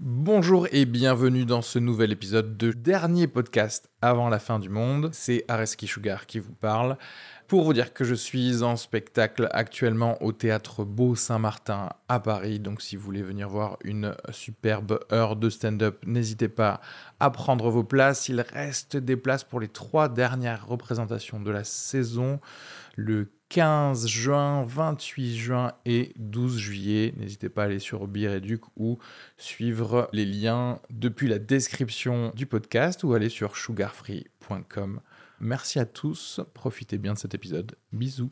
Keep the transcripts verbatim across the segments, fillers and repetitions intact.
Bonjour et bienvenue dans ce nouvel épisode de dernier podcast avant la fin du monde. C'est Areski Sugar qui vous parle. Pour vous dire que je suis en spectacle actuellement au Théâtre Beau Saint-Martin à Paris. Donc si vous voulez venir voir une superbe heure de stand-up, n'hésitez pas à prendre vos places. Il reste des places pour les trois dernières représentations de la saison. Le quinze juin, vingt-huit juin et douze juillet. N'hésitez pas à aller sur Bireduc ou suivre les liens depuis la description du podcast ou aller sur sugarfree point com. Merci à tous, profitez bien de cet épisode. Bisous.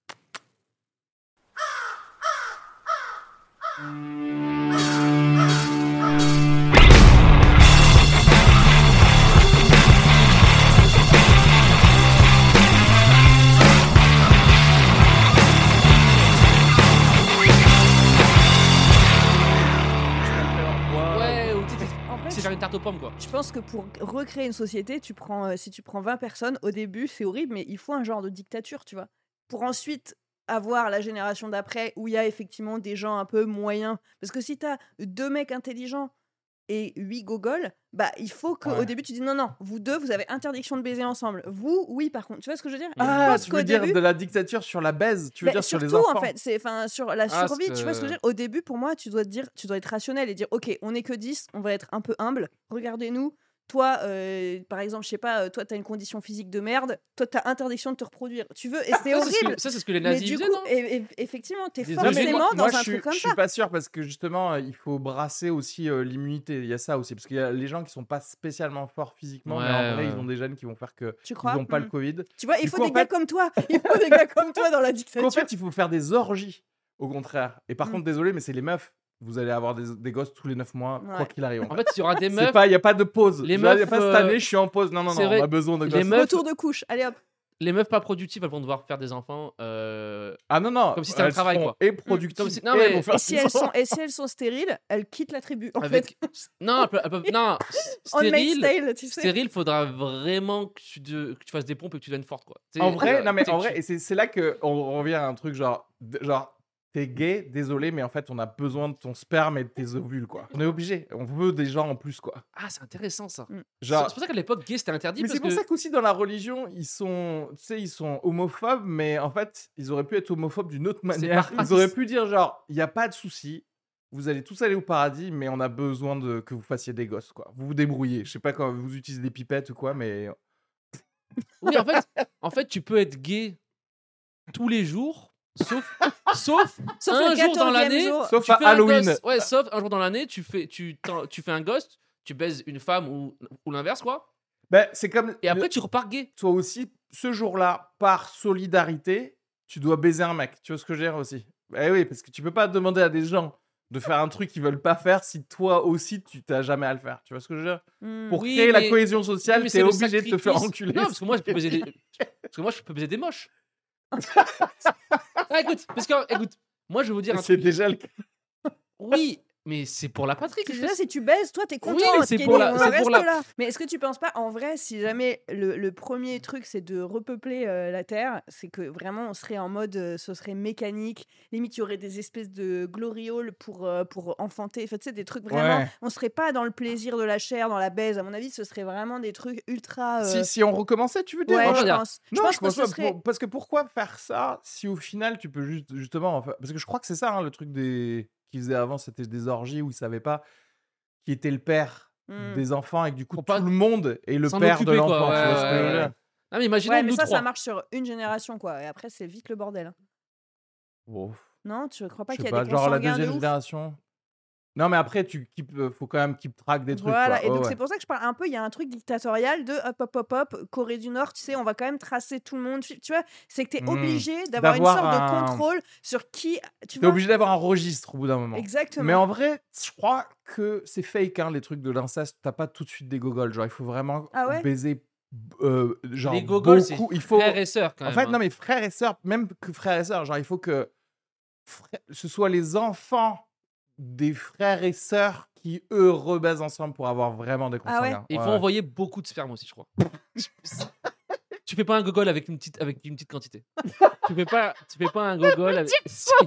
Faire une tarte aux pommes, quoi. Je pense que pour recréer une société, tu prends, euh, si tu prends vingt personnes, au début, c'est horrible, mais il faut un genre de dictature, tu vois. Pour ensuite avoir la génération d'après où il y a effectivement des gens un peu moyens. Parce que si tu as deux mecs intelligents et huit gogoles, bah il faut qu'au Ouais. début tu dis non, non, vous deux, vous avez interdiction de baiser ensemble. Vous, oui, par contre. Tu vois ce que je veux dire? Et je Ah, pense tu qu'au veux dire début- de la dictature sur la baise, tu veux Bah, dire sur les surtout, enfants. en fait, c'est enfin sur la Ah, survie, parce tu vois ce que je veux que- dire? Au début, pour moi, tu dois te dire, tu dois être rationnel et dire OK, on n'est que dix, on va être un peu humble. Regardez-nous. Toi, euh, par exemple, je sais pas, euh, toi, tu as une condition physique de merde. Toi, tu as interdiction de te reproduire. Tu veux, et c'est Ça, c'est ce horrible. que- Ça, c'est ce que les Mais nazis du faisaient, coup, non et- et- effectivement, tu es Désolé. forcément moi, dans moi, un je truc suis, comme je ça. suis pas sûr parce que justement, euh, il faut brasser aussi euh, l'immunité. Il y a ça aussi parce qu'il y a les gens qui sont pas spécialement forts physiquement, mais en Ouais, vrai, ouais. ils ont des gènes qui vont faire que Tu ils crois? n'ont pas Mm. le Covid. Tu vois, il Du faut coup, des en gars fait- comme toi. Il faut des gars comme toi dans la dictature. En fait, il faut faire des orgies, au contraire. Et par Mm. contre, désolé, mais c'est les meufs. Vous allez avoir des, des gosses tous les neuf mois, quoi Ouais. qu'il arrive. En fait, il y aura des C'est meufs. pas, il y a pas de pause. Les Il y a meufs, pas cette euh, année, je suis en pause. Non, non, c'est non, vrai, on a besoin de les gosses. meufs- Retour de couche. Allez hop. Les meufs pas productives, elles vont devoir faire des enfants. euh, Ah non, non. Comme si c'était un elles travail, seront quoi. Et productives. Comme si- non, et mais- elles vont faire Et si, des elles sont, enfants. et si elles sont stériles, elles quittent la tribu. En Avec... fait. Non, elles peuvent- elles peuvent- non, Handmaid's stérile. Tale, tu sais. Stérile, faudra vraiment que tu, de- que tu fasses des pompes et que tu deviennes forte, quoi. T'sais, En vrai, euh, non mais t'sais, en tu- vrai, et c'est c'est là que on revient à un truc genre, d- genre, t'es gay, désolé, mais en fait, on a besoin de ton sperme et de tes ovules, quoi. On est obligé. On veut des gens en plus, quoi. Ah, c'est intéressant ça. C'est Genre. c'est pour ça qu'à l'époque, gay c'était interdit. Mais parce c'est pour que... ça qu'aussi dans la religion, ils sont, tu sais, ils sont homophobes, mais en fait, ils auraient pu être homophobes d'une autre manière. par Ils auraient pu dire genre, il y a pas de souci, vous allez tous aller au paradis, mais on a besoin de que vous fassiez des gosses, quoi. Vous vous débrouillez. Je sais pas quand vous utilisez des pipettes ou quoi, mais Oui, en fait, en fait, tu peux être gay tous les jours, sauf, sauf, Sauf un le jour dans quatorzième l'année. jour. sauf Tu à fais un Halloween. gosse. Ouais, sauf un jour dans l'année, tu fais, tu, t'en- tu fais un gosse, tu baises une femme ou, ou l'inverse, quoi. Ben, c'est comme. Et après, tu repars gay. toi aussi, ce jour-là, par solidarité, tu dois baiser un mec. Tu vois ce que je veux dire aussi? Eh oui, parce que tu peux pas demander à des gens de faire un truc qu'ils veulent pas faire si toi aussi tu t'as jamais à le faire. Tu vois ce que je veux dire? Hmm. Pour Oui, créer la mais- cohésion sociale, Mais t'es c'est le obligé de te faire sacrifice. enculer. Non, parce que moi, je peux baiser des, parce que moi, je peux baiser des moches. Ah, écoute, parce que, écoute, moi, je vais vous dire un C'est truc. déjà le cas. Oui, mais c'est pour la patrie que je Déjà, fais ça. si tu baises, toi, t'es content. Oui, mais c'est Kenny, pour la- on c'est reste pour la- là. Mais est-ce que tu penses pas, en vrai, si jamais le, le premier truc, c'est de repeupler euh, la Terre, c'est que vraiment, on serait en mode, euh, ce serait mécanique. Limite, il y aurait des espèces de glorioles pour, euh, pour enfanter. Enfin, tu sais, des trucs vraiment... Ouais. On serait pas dans le plaisir de la chair, dans la baise. À mon avis, ce serait vraiment des trucs ultra... euh, Si, si on recommençait, tu veux dire? Ouais, Moi, je regarde. pense. Non, je pense que ce pas, serait... pour- parce que pourquoi faire ça si au final tu peux juste justement enfin, parce que je crois que c'est ça hein, le truc des qu'ils faisaient avant, c'était des orgies où ils savaient pas qui était le père Hmm. des enfants et que du coup Faut tout pas le monde est le s'en père de occuper, quoi. l'enfant. tu Ouais, vois ce que je veux ouais, dire? ouais. Ah, mais imaginons Ouais, mais nous ça, trois. ça marche sur une génération, quoi. Et après, c'est vite le bordel. hein. Wow. Non, tu crois pas Je qu'il y sais a pas, des genre la consanguins de deuxième ouf? génération. Non mais après tu keep, euh, faut quand même keep track des trucs. Voilà, quoi. et Ouais, donc ouais. c'est pour ça que je parle un peu, il y a un truc dictatorial de hop, hop, hop, hop, Corée du Nord, tu sais, on va quand même tracer tout le monde. Tu vois, c'est que tu es Hmm. obligé d'avoir une D'avoir sorte un- de contrôle sur qui. Tu T'es vois obligé d'avoir un registre au bout d'un moment. Exactement. Mais en vrai, je crois que c'est fake, hein, les trucs de l'inceste. T'as pas tout de suite des gogoles. Genre, il faut vraiment Ah ouais baiser. euh, genre, Les gogoles, c'est beaucoup. Il faut. frères et sœurs, quand En même. fait, hein. non, mais frères et sœurs, même que frères et sœurs, genre, il faut que frère- ce soit les enfants des frères et sœurs qui, eux, rebaisent ensemble pour avoir vraiment des Ah ouais consanguins. Et il Ouais, faut ouais. envoyer beaucoup de sperme aussi, je crois. Tu fais pas un gogol avec une petite, avec une petite quantité. Tu fais pas, tu fais pas un gogol avec. Si.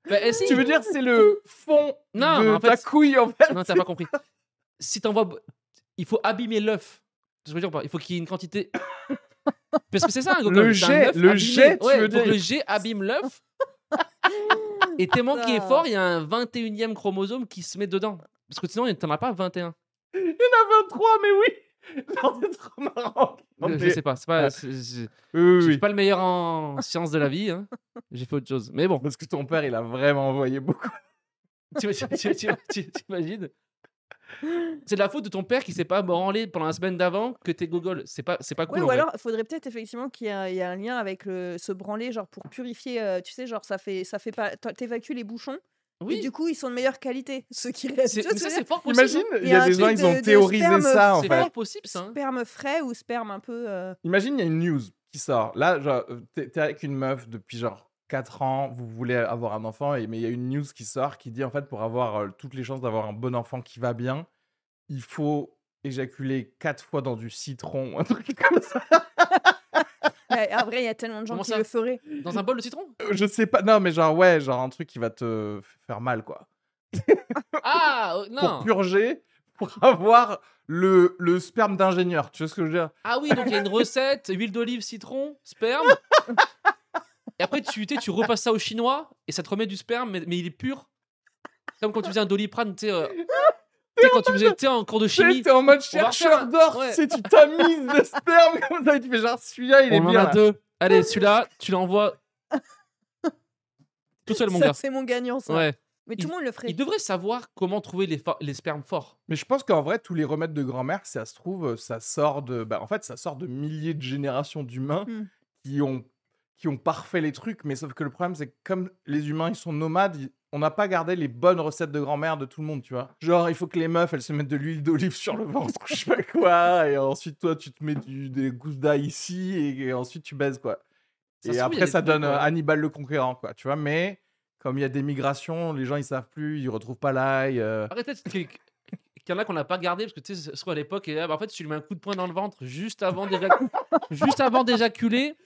Bah, eh, si. Tu veux dire c'est le fond Non, de mais en ta fait- couille en fait. Non, t'as pas compris. Si t'envoies. Il faut abîmer l'œuf. Tu veux dire ou pas? Il faut qu'il y ait une quantité. Parce que c'est ça un gogol. Le c'est un jet, œuf le abîmé. jet, tu Ouais, veux faut que dire. le jet abîme l'œuf. Et tellement qu'il est Ça. fort, il y a un vingt et unième chromosome qui se met dedans. Parce que sinon, t'en as pas vingt et un. Il y en a vingt-trois, mais oui. Genre, c'est trop marrant. Non, Je mais- sais pas. C'est pas Ah. c'est- c'est- Oui, oui, je suis oui. pas le meilleur en sciences de la vie. Hein. J'ai fait autre chose. Mais bon, Parce que ton père, il a vraiment envoyé beaucoup. tu- tu- tu- tu- tu- t'imagines? C'est de la faute de ton père qui s'est pas branlé pendant la semaine d'avant que t'es gogol. C'est pas, c'est pas cool. Oui, en ou vrai. alors, il faudrait peut-être effectivement qu'il y, ait un- il y ait un lien avec le, se branler, genre pour purifier, euh, tu sais, genre ça fait, ça fait pas, toi, t'évacues les bouchons, et Oui, du coup ils sont de meilleure qualité, ceux qui restent. c'est- Tu vois mais ce ça que je veux c'est dire fort possible. Imagine, hein. il y a un des gens, truc ils ont de- de théorisé sperme ça en C'est fait. fort possible ça. hein. Sperme frais ou sperme un peu. euh, Imagine, il y a une news qui sort. Là, genre, euh, t'es t'es avec une meuf depuis genre quatre ans, vous voulez avoir un enfant, et, mais il y a une news qui sort qui dit en fait, pour avoir euh, toutes les chances d'avoir un bon enfant qui va bien, il faut éjaculer quatre fois dans du citron, un truc comme ça. ouais, en vrai, il y a tellement de gens Comment qui ça le feraient. Dans un bol de citron. Euh, Je sais pas, non, mais genre, ouais, genre un truc qui va te faire mal, quoi. Ah euh, Pour non. purger, pour avoir le, le sperme d'ingénieur, tu vois ce que je veux dire? Ah oui, donc il y a une recette, huile d'olive, citron, sperme. Et après, tu, tu sais, tu repasses ça au chinois et ça te remet du sperme, mais, mais il est pur. Comme quand tu faisais un doliprane, tu sais, euh, tu sais, quand tu faisais tu sais, en cours de Tu sais, chimie. t'es en mode On va chercheur refaire- d'or, ouais. tu sais, tu tamises le sperme comme ça, et tu fais genre celui-là, il est On en bien. a là. deux. Allez, celui-là, tu l'envoies tout seul, mon Ça, gars. c'est mon gagnant, ça. Ouais. Mais tout le monde le ferait. Il devrait savoir comment trouver les, fo- les spermes forts. Mais je pense qu'en vrai, tous les remèdes de grand-mère, ça se trouve, ça sort de. Bah, en fait, ça sort de milliers de générations d'humains Hmm. qui ont qui ont parfait les trucs. Mais sauf que le problème, c'est que comme les humains, ils sont nomades, ils- on n'a pas gardé les bonnes recettes de grand-mère de tout le monde, tu vois. Genre, il faut que les meufs, elles se mettent de l'huile d'olive sur le ventre, je sais pas quoi, et ensuite toi, tu te mets du, des gousses d'ail ici, et, et ensuite tu baises, quoi. Ça se Et trouve, il y a après, des ça trucs, donne euh, ouais. Hannibal le Conquérant, quoi, tu vois. Mais comme il y a des migrations, les gens, ils savent plus, ils retrouvent pas l'ail. euh, Après, peut-être qu'il qu'il y en a qu'on n'a pas gardé parce que tu sais, ce soit à l'époque, et là, bah, en fait, tu lui mets un coup de poing dans le ventre juste avant d'éjac- juste avant d'éjaculer.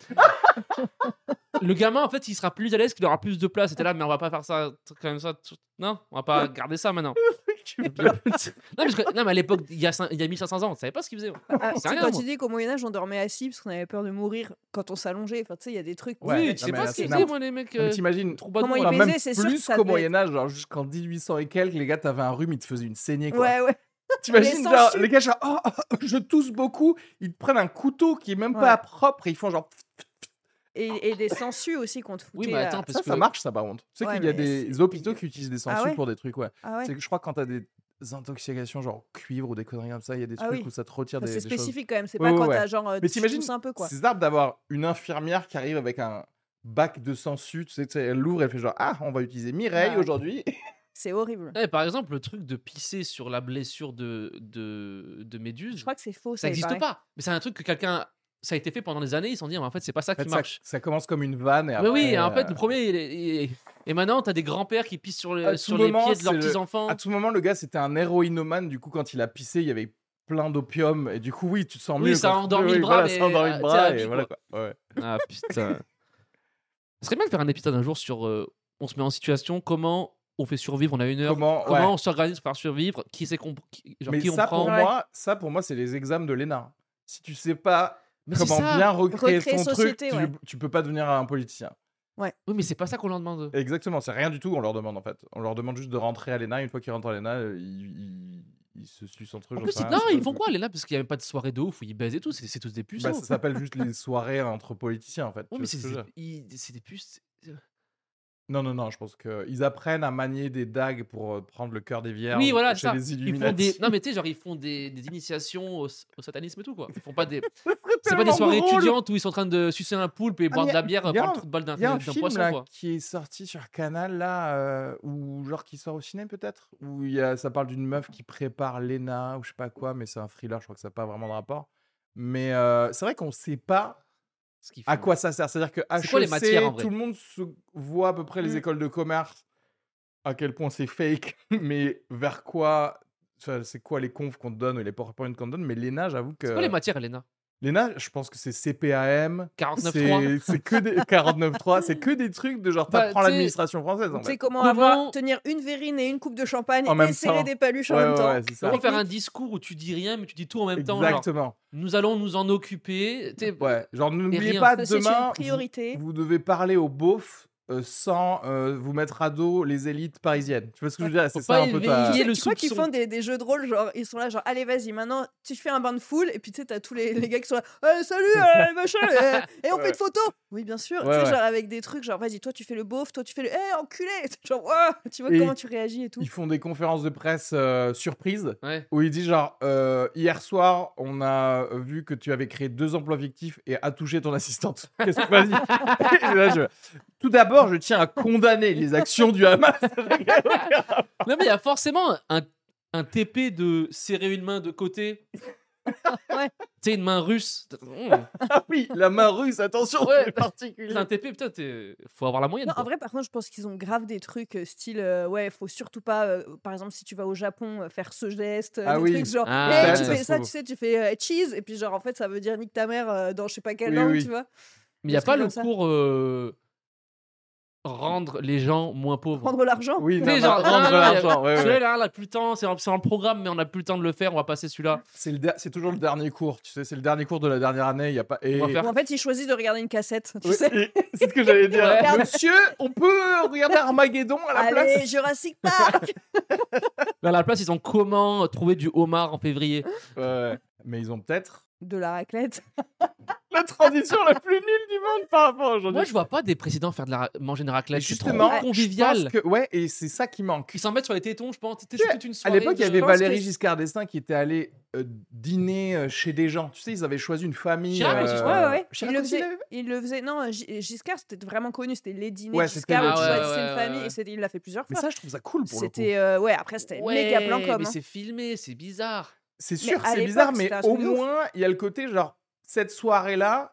Le gamin, en fait, il sera plus à l'aise, qu'il aura plus de place. C'était là, mais on va pas faire ça quand même ça. tout- Non, on va pas garder ça maintenant. non, parce que, non, mais à l'époque, il y a, cin- il y a mille cinq cents ans, on savait pas ce qu'ils faisaient. Ah, C'est tu sais, rien, quand moi. tu dis qu'au Moyen-Âge, on dormait assis parce qu'on avait peur de mourir quand on s'allongeait. Enfin, tu sais, il y a des trucs. Ouais, oui, non, tu sais mais pas là, ce qu'ils c'est faisaient, n'importe- moi, les mecs. Non, mais euh, t'imagines, troubadours. Comment ils enfin, baisaient, même c'est sûr plus que ça qu'au devait être- Moyen-Âge, genre jusqu'en dix-huit cents et quelques, les gars, t'avais un rhume, ils te faisaient une saignée, quoi. Ouais, ouais. T'imagines, Les genre, sangsues. les gars, genre, oh, oh, je tousse beaucoup, ils te prennent un couteau qui est même pas Ouais. propre et ils font genre. Et, et des sangsues aussi qu'on te foutait. Oui, mais là. attends, parce Ça, que. ça marche, ça, par contre. Tu sais Ouais, qu'il y a mais des c'est hôpitaux dégueu. qui utilisent des Ah sangsues ouais pour des trucs, ouais. Ah ouais. C'est que je crois que quand t'as des intoxications, genre cuivre ou des conneries comme ça, il y a des Ah trucs oui. où ça te retire Enfin, des, c'est des choses. spécifique quand même. C'est Ouais, pas ouais, quand ouais. t'as genre. euh, Mais tu t'imagines, tousses un peu, quoi. c'est bizarre d'avoir une infirmière qui arrive avec un bac de sangsues, tu sais, tu sais, elle l'ouvre, elle fait genre, ah, on va utiliser Mireille Ouais. aujourd'hui. C'est horrible. Ouais, par exemple, le truc de pisser sur la blessure de, de, de Méduse, Je crois que c'est faux. ça il n'existe paraît. pas. Mais c'est un truc que quelqu'un. Ça a été fait pendant des années, ils se sont dit, mais en fait, c'est pas ça En qui fait, ça, marche. ça commence comme une vanne et Mais après. oui, en fait, euh, le premier. il est- il est- Et maintenant, t'as des grands-pères qui pissent sur, le- À tout sur les moment, pieds de leurs c'est le- petits-enfants. À tout moment, le gars, c'était un héroïnomane. Du coup, quand il a pissé, il y avait plein d'opium. Et du coup, oui, tu te sens Oui, mieux. ça a quand- endormi oui, le bras, voilà, mais, ça a endormi euh, le t'es bras. à Et vie, voilà, quoi. Ouais. Ah putain. Ce serait bien de faire un épisode un jour sur. euh, on se met en situation, comment on fait survivre, on a une heure. Comment, Comment ouais. on s'organise pour faire survivre, qui c'est qu'on. qui- Genre, Mais qui on ça, prend. pour Ouais. moi, ça, pour moi, c'est les examens de l'E N A. Si tu sais pas Mais c'est comment ça. bien recréer, Recréer ton société, truc, ouais. tu, tu peux pas devenir un politicien. Oui, mais c'est pas ça qu'on leur demande. Exactement, c'est rien du tout, on leur demande en fait. On leur demande juste de rentrer à l'E N A. Une fois qu'ils rentrent à l'E N A, euh, ils, ils, ils se sucent entre eux. En j'en plus, sais ils- rien, non, c'est ils pas- font quoi, les là? Parce qu'il n'y avait pas de soirée de ouf où ils baisent et tout. C'est c'est tous des puces. Bah, ça s'appelle juste les soirées entre politiciens en fait. Oui, tu mais vois ce c'est que je veux des, dire. ils- c'est des puces. c'est- Non, non, non, je pense qu'ils apprennent à manier des dagues pour euh, prendre le cœur des vierges Oui, voilà, chez ça. les Ils font Illuminati. des... Non, mais tu sais, genre, ils font des, des initiations au, au satanisme et tout, quoi. Ils font pas des. C'est pas tellement des soirées drôle. étudiantes où ils sont en train de sucer un poulpe et Ah, boire mais de la bière y a par le un- trou de balle d'un Il y a un d'un film poisson, là, quoi. qui est sorti sur Canal là, euh, ou genre qui sort au ciné peut-être, où il y a, ça parle d'une meuf qui prépare l'E N A ou je sais pas quoi, mais c'est un thriller, je crois que ça n'a pas vraiment de rapport. Mais euh, c'est vrai qu'on sait pas Ce qu'ils à font. quoi ça sert. C'est-à-dire que C'est quoi les H E C, matières, en vrai tout le monde se voit à peu près les Mm. écoles de commerce, à quel point c'est fake, mais vers quoi, enfin, c'est quoi les confs qu'on te donne ou les PowerPoint qu'on te donne. Mais l'E N A, j'avoue que C'est quoi les matières, Elena? Léna, je pense que c'est C P A M. quarante-neuf trois. C'est c'est que des quarante-neuf trois. C'est que des trucs de genre, Bah, t'apprends tu sais- l'administration française. En Tu sais fait. comment, Comment- avoir, tenir une verrine et une coupe de champagne En même et serrer temps. des paluches en Ouais, même ouais, temps. ouais, c'est ça. Comment faire un Technique. discours où tu dis rien, mais tu dis tout en même temps. Genre, Exactement. nous allons nous en occuper. Tu sais, Ouais. Genre, n'oubliez rien. pas Ça, c'est demain. une priorité. Vous, vous devez parler aux beaufs. Euh, sans euh, vous mettre à dos les élites parisiennes. Tu vois ce que je veux dire? Faut C'est pas ça un peu ta... éveiller le Tu crois qu'ils soupçon. font des, des jeux de rôle, genre ils sont là, genre allez vas-y, maintenant tu fais un bain de foule, et puis tu sais, t'as tous les, les gars qui sont là, Eh, salut, euh, machin, euh, et on Ouais. fait une photo. Oui, bien sûr, Ouais, tu sais, ouais. genre avec des trucs, genre vas-y, toi tu fais le beauf, toi tu fais le, eh, enculé, genre, ouah, tu vois Et comment tu réagis et tout. Ils font des conférences de presse euh, surprises Ouais. où il dit genre euh, hier soir on a vu que tu avais créé deux emplois fictifs et a touché ton assistante. Qu'est-ce que vas-y Et là, je- Tout d'abord je tiens à condamner les actions du Hamas. Non, mais il y a forcément un, un T P de serrer une main de côté. Ouais. Tu sais, une main russe. Mmh. Ah oui, la main russe, attention, Ouais. c'est particulier. Un T P, putain, t'es- faut avoir la moyenne. Non, quoi. en vrai, par contre, je pense qu'ils ont grave des trucs euh, style, euh, ouais, faut surtout pas, euh, par exemple, si tu vas au Japon, euh, faire ce geste, euh, Ah des oui. trucs genre, Ah, Eh, ouais. tu Ça, fais ça, ça, faut- tu sais, tu fais euh, cheese, et puis genre, en fait, ça veut dire nique ta mère euh, dans je sais pas quelle Oui, langue, oui. tu vois. Mais il n'y a des pas trucs le comme ça. cours euh, rendre les gens moins pauvres. Prendre l'argent. Oui, Tu non, sais, non, genre, rendre non, non, l'argent. ouais, Celui-là, ouais. là, on a plus le temps, c'est dans c'est dans le programme, mais on n'a plus le temps de le faire, on va passer celui-là. C'est le der- c'est toujours le dernier cours, tu sais, c'est le dernier cours de la dernière année. Il y a pas. Et... On va faire- Ou en fait, ils choisissent de regarder une cassette, tu Oui, sais. et- c'est ce que j'allais dire. Ouais. Monsieur, on peut regarder Armageddon à la Allez, place. Jurassic Park. Mais à la place, ils ont comment trouver du homard en février. Ouais. Mais ils ont peut-être De la raclette. la transition la plus nulle du monde par rapport à aujourd'hui. Moi, je vois pas des présidents faire de la ra- manger une Et raclette. C'est trop justement, convivial. je pense que ouais, et c'est ça qui manque. Ils s'en mettent sur les tétons, je pense. C'était Tu sais, toute une À soirée. l'époque, il y de- avait pense Valéry que- Giscard d'Estaing qui était allé euh, dîner euh, chez des gens. Tu sais, ils avaient choisi une famille. Chirac aussi, je euh, crois. Ouais, ouais, ouais. Chirac il le aussi, faisait. il l'avait fait Il le faisait. Non, G- Giscard, c'était vraiment connu. C'était les dîners Ouais, de c'était Giscard le- où tu Ah ouais, choisissais ouais, une ouais, famille. ouais. Et c'était- il l'a fait plusieurs Mais fois. ça, je trouve ça cool pour le coup. C'était. euh, ouais, après, c'était Ouais, méga plan com. mais hein. c'est filmé, c'est bizarre. C'est Mais sûr, à c'est l'époque, bizarre, mais c'était un au truc de ouf. moins, il y a le côté genre, cette soirée-là,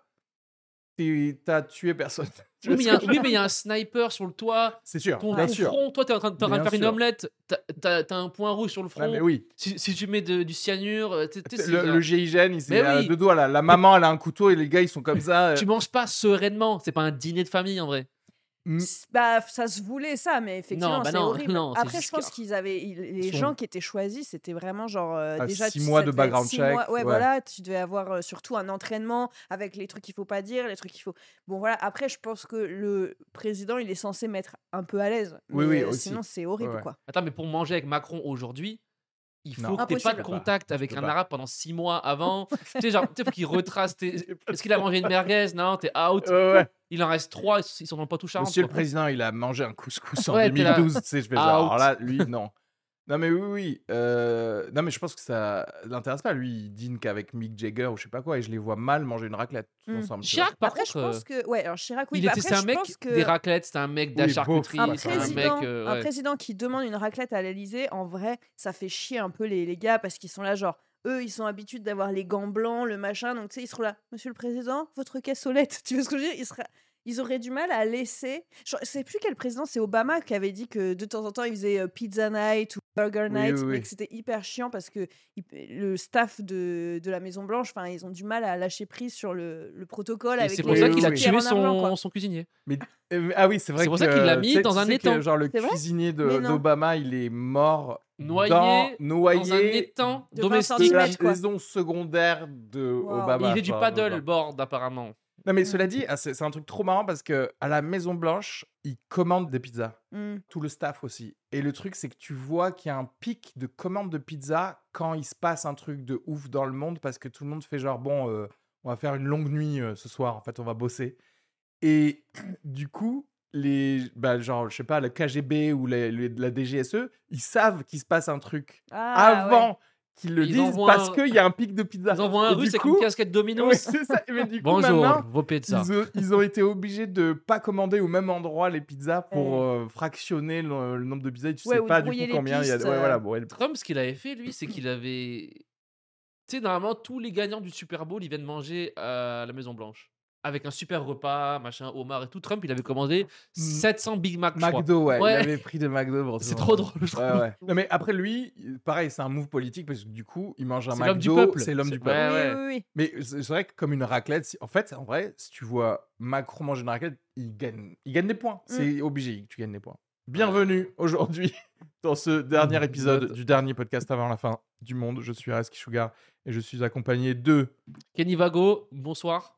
t'es- t'as tué personne. Tu Oui, vois mais il ce y a- que je veux oui, dire mais il y a un sniper sur le toit. C'est sûr, Ton, bien ton sûr. front, toi, t'es en train, t'es en train de Bien faire une sûr. omelette. T'as, t'as- t'as un point rouge sur le front. Ouais, mais oui. si, si tu mets de- du cyanure, euh, t'es- t'es- c'est Le, genre- le G I G N, il s'est Mais à oui. deux doigts là. La maman, elle a un couteau et les gars, ils sont comme ça. euh. tu manges pas sereinement. C'est pas un dîner de famille en vrai. Mm. C'est- Bah, ça se voulait ça, mais effectivement, Non, bah c'est non, horrible. non, c'est Après, je pense Giscard. qu'ils avaient ils- les Ils sont- gens qui étaient choisis, c'était vraiment genre euh, Ah, déjà six tu- mois ça de devait être background six check, mois. Ouais, ouais. voilà, tu devais avoir euh, surtout un entraînement avec les trucs qu'il faut pas dire, les trucs qu'il faut. Bon voilà. Après, je pense que le président, il est censé mettre un peu à l'aise. Oui, mais, oui, euh, aussi. Sinon, c'est horrible, Ouais, ouais. quoi. Attends, mais pour manger avec Macron aujourd'hui, il faut Non. que t'aies pas de Impossible. contact avec peux un pas. arabe pendant six mois avant. tu sais, genre, tu sais, faut qu'il retrace. tes- Est-ce qu'il a mangé une merguez? Non, t'es out. Ouais, ouais. Il en reste trois, ils sont dans le poitou charente. Monsieur le quoi. président, il a mangé un couscous en Ouais, t'es là. deux mille douze. Tu sais, je fais genre, Out. alors là, lui, non. Non, mais oui, oui. euh, Non, mais je pense que ça l'intéresse pas. Lui, il dîne qu'avec Mick Jagger ou je sais pas quoi. Et je les vois mal manger une raclette tous Mm. ensemble. tu vois. Chirac, par Après, je contre, pense que ouais, alors Chirac, oui. il bah était, après, c'est un je mec pense que des raclettes, c'était un mec de la Oui, charcuterie, un beauf, c'est un président, mec. euh, un ouais. président qui demande une raclette à l'Elysée, en vrai, ça fait chier un peu les, les gars parce qu'ils sont là, genre, eux, ils sont habitués d'avoir les gants blancs, le machin, donc tu sais, ils seront là, Monsieur le Président, votre caisse aux lettres. Tu vois ce que je veux dire? Ils, seraient- ils auraient du mal à laisser. Je sais plus quel président, c'est Obama qui avait dit que de temps en temps, il faisait euh, Pizza Night ou Burger Oui, Night, oui, mais oui. que c'était hyper chiant parce que il- le staff de, de la Maison-Blanche, enfin, ils ont du mal à lâcher prise sur le, le protocole. Et avec c'est les pour ça Oui, qu'il a oui, tué en argent, quoi. son, son cuisinier. Euh, Ah oui, c'est vrai C'est pour que, ça qu'il l'a euh, mis tu sais- dans tu un sais que, étang. Genre, le C'est vrai cuisinier de- Mais non. d'Obama, il est mort Noyé dans, Dans noyé un étang de vingt domestique. de la centimètres, quoi. maison secondaire de Wow. Obama. Il est du genre, paddle genre. board apparemment. Non, mais Mm. cela dit, ah, c'est c'est un truc trop marrant parce que à la Maison Blanche, ils commandent des pizzas. Mm. Tout le staff aussi. Et le truc, c'est que tu vois qu'il y a un pic de commandes de pizza quand il se passe un truc de ouf dans le monde parce que tout le monde fait genre, bon, euh, on va faire une longue nuit euh, ce soir, en fait, on va bosser. Et du coup, les, bah, genre, je sais pas, le K G B ou les- les- la D G S E, ils savent qu'il se passe un truc Ah, ouais. avant qu'ils le Ils disent envoient parce un- qu'il y a un pic de pizza. Ils envoient un Et russe du avec coup- une casquette Domino's. Ouais, c'est ça. Mais du coup, Bonjour, maintenant, vos pizzas. ils ont, ils ont été obligés de pas commander au même endroit les pizzas pour euh, fractionner le, le nombre de pizzas. Et tu Ouais, sais ou pas du brouiller coup les combien il y a. pistes, Ouais, euh. voilà, bon, elle- Trump, ce qu'il avait fait, lui, c'est qu'il avait. Tu sais, normalement, tous les gagnants du Super Bowl, ils viennent manger à la Maison-Blanche. avec un super repas, machin, homard et tout. Trump, il avait commandé sept cents Big Mac, je crois. McDo, ouais, Ouais. il avait pris de McDo pour C'est tout trop le monde. drôle, je Ouais, trouve. ouais. Non, mais après lui, pareil, c'est un move politique parce que du coup, il mange un C'est l'homme du McDo, peuple. c'est l'homme C'est- du peuple. Ouais, oui, ouais. oui, oui. Mais c'est c'est vrai que comme une raclette, si- en fait, en vrai, si tu vois Macron manger une raclette, il gagne, il gagne des points. C'est obligé que tu gagnes des points. Bienvenue aujourd'hui dans ce dernier épisode du dernier podcast avant la fin du monde. Je suis Areski Sugar et je suis accompagné de... Kenny Vago, bonsoir.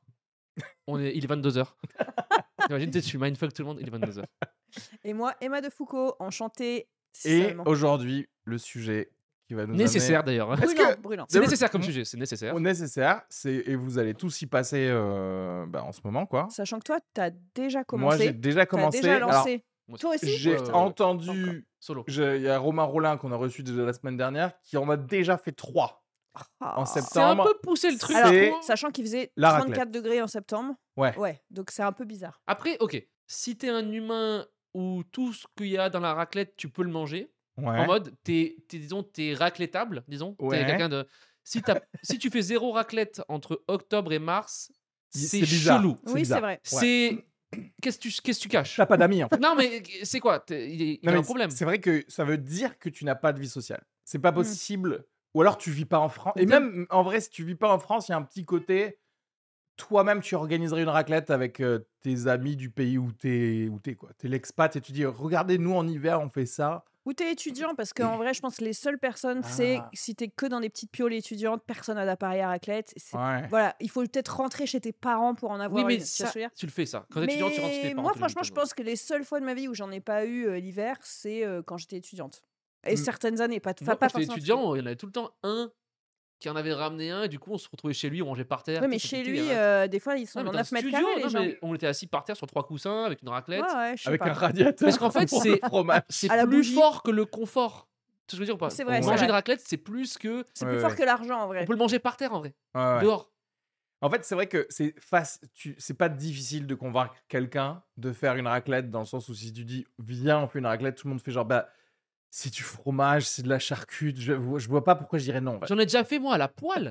On est, il est vingt-deux heures. Imagine, tu sais, je suis mindfuck tout le monde, il est vingt-deux heures. Et moi, Emma de Foucault, enchantée. si Et seulement. aujourd'hui, le sujet qui va nous Nécessaire d'ailleurs. Est-ce Brûlant, que- brûlant. C'est De- nécessaire comme Mm. sujet, c'est nécessaire. amener nécessaire, c'est et vous allez tous y passer euh, bah, en ce moment, quoi. Sachant que toi, t'as déjà Moi, j'ai commencé. déjà T'as commencé. déjà Alors, lancé. Moi, Toi aussi j'ai Ouais, ouais, ouais. entendu... Solo. je- Il y a Romain Rollin qu'on a reçu déjà la semaine dernière qui en a déjà fait trois Ah. en C'est un septembre. peu poussé le truc. Alors, C'est- sachant qu'il faisait la trente-quatre raclette. degrés en septembre. Ouais. Ouais, donc c'est un peu bizarre. Après, ok, si t'es un humain où tout ce qu'il y a dans la raclette, tu peux le manger, Ouais. en mode, t'es, t'es, disons, t'es raclettable, disons. Ouais. T'es quelqu'un de... Si, t'as- si tu fais zéro raclette entre octobre et mars, c'est, bizarre. chelou. C'est Oui, bizarre. c'est vrai. Ouais. C'est... Qu'est-ce que tu, qu'est-ce que tu caches? T'as pas d'amis en fait. Non, mais c'est quoi? T'es- Il y a- il y Non, a mais un problème. C'est vrai que ça veut dire que tu n'as pas de vie sociale. C'est pas possible. Ou alors tu vis pas en France. Et Peut-être- même en vrai, si tu vis pas en France, il y a un petit côté. Toi-même, tu organiserais une raclette avec euh, tes amis du pays où t'es, où t'es quoi. T'es l'expat et tu dis, regardez, nous en hiver, on fait ça. Ou t'es étudiant, parce qu'en vrai, je pense que les seules personnes, c'est Ah. si t'es que dans des petites pioles étudiantes, personne n'a d'appareil à raclette. C'est- Ouais. Voilà, il faut peut-être rentrer chez tes parents pour en avoir Oui, mais une. tu vois ça, ce que je veux dire tu le fais ça. Quand t'es étudiant, tu rentres chez tes Mais parents. moi, tous les franchement, je week-ends. pense que les seules fois de ma vie où j'en ai pas eu euh, l'hiver, c'est euh, quand j'étais étudiante. Et Mm. certaines années, pas, Moi, enfin, pas quand j'étais forcément. étudiant, il y en avait tout le temps un qui en avait ramené un, et du coup, on se retrouvait chez lui, on mangeait par terre. Oui, mais tu sais, chez c'était- lui, il y avait- euh, des fois, ils sont Non, mais dans dans neuf le mètres studio, carrés, les non, gens. mais on était assis par terre sur trois coussins avec une raclette. Ouais, ouais, je sais Avec pas. un radiateur. Parce qu'en fait, pour c'est- le fromage. C'est À la plus bougie. fort que le confort. Tu vois ce que je veux dire ou pas? C'est vrai, c'est Manger vrai. une raclette, c'est plus que. C'est Ouais, plus ouais. fort que l'argent, en vrai. On peut le manger par terre en vrai, Ouais, ouais. dehors. En fait, c'est vrai que c'est face, tu, c'est pas difficile de convaincre quelqu'un de faire une raclette dans le sens où si tu dis viens on fait une raclette, tout le monde fait genre bah c'est du fromage, c'est de la charcuterie, je, je vois pas pourquoi je dirais non. En fait. J'en ai déjà fait moi à la poêle.